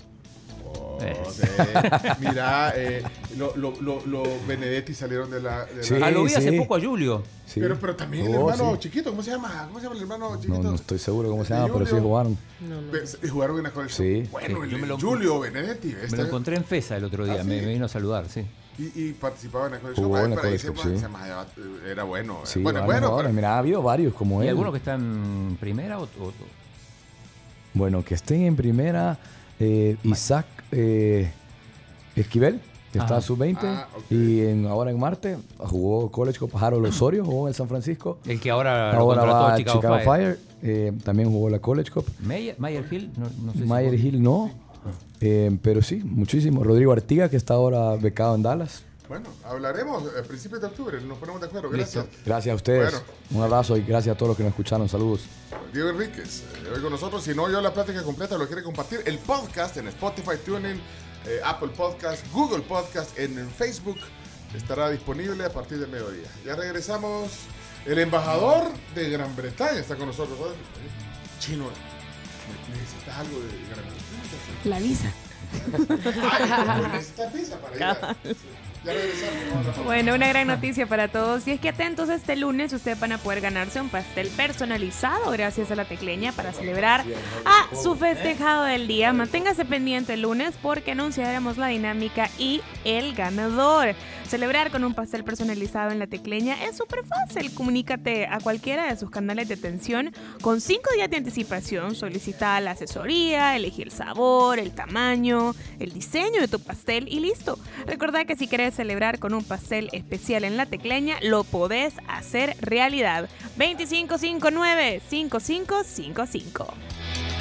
Joder. Mira, eh, los lo, lo, lo Benedetti salieron de la... de la- Sí, ah, lo vi hace sí. poco a Julio. Sí. Pero, pero también el Oh, hermano sí. chiquito, ¿cómo se llama? ¿Cómo se llama el hermano chiquito? No, no estoy seguro cómo se De llama, pero sí Julio. jugaron. No, no. Ve- y jugaron en la College Cup. Sí. Bueno, Sí, el, yo me lo- Julio Benedetti. Me este- lo encontré en FESA el otro día, ¿Ah, me, sí? me vino a saludar, sí. y, y participaba en la College Jugó Cup. en la Pero ahí College se- Cup, sí. se llama- era bueno. Sí, bueno, varios bueno. jugadores. pero- Mira, ha habido varios como ¿Y él. alguno que está en primera o, o- Bueno, que estén en primera, eh, Isaac eh, Esquivel, que está Ajá. a sub veinte, Ah, ok. y en, ahora en Marte jugó College Cup Harold Osorio, jugó en el San Francisco. el que ahora, lo Ahora contrató va a Chicago, Chicago, Fire? Fire, eh, también jugó la College Cup. Mayer, Mayer Hill, no, no sé si Mayer jugó. Hill no, eh, pero sí, muchísimo. Rodrigo Artiga, que está ahora becado en Dallas. Bueno, hablaremos a principios de octubre, nos ponemos de acuerdo. Listo. Gracias. Gracias a ustedes. Bueno. Un abrazo y gracias a todos los que nos escucharon. Saludos. Diego Enríquez, eh, hoy con nosotros. Si no, yo la plática completa lo quiere compartir. El podcast en Spotify, TuneIn, eh, Apple Podcast, Google Podcast, en, en Facebook estará disponible a partir del mediodía. Ya regresamos. El embajador de Gran Bretaña está con nosotros. ¿Sabes? Chino, ¿necesitas algo de Gran Bretaña? La visa. Ay, pues necesitas visa para ir. a- Ya regresamos. vamos a la pausa. Bueno, una gran noticia para todos. Y es que atentos, este lunes ustedes van a poder ganarse un pastel personalizado gracias a La Tecleña para celebrar a su festejado del día. Manténgase pendiente el lunes porque anunciaremos la dinámica y el ganador. Celebrar con un pastel personalizado en La Tecleña es súper fácil. Comunícate a cualquiera de sus canales de atención con cinco días de anticipación. Solicita la asesoría, elegí el sabor, el tamaño, el diseño de tu pastel y listo. Recordá que si querés celebrar con un pastel especial en La Tecleña, lo podés hacer realidad. veinticinco cincuenta y nueve, cincuenta y cinco cincuenta y cinco.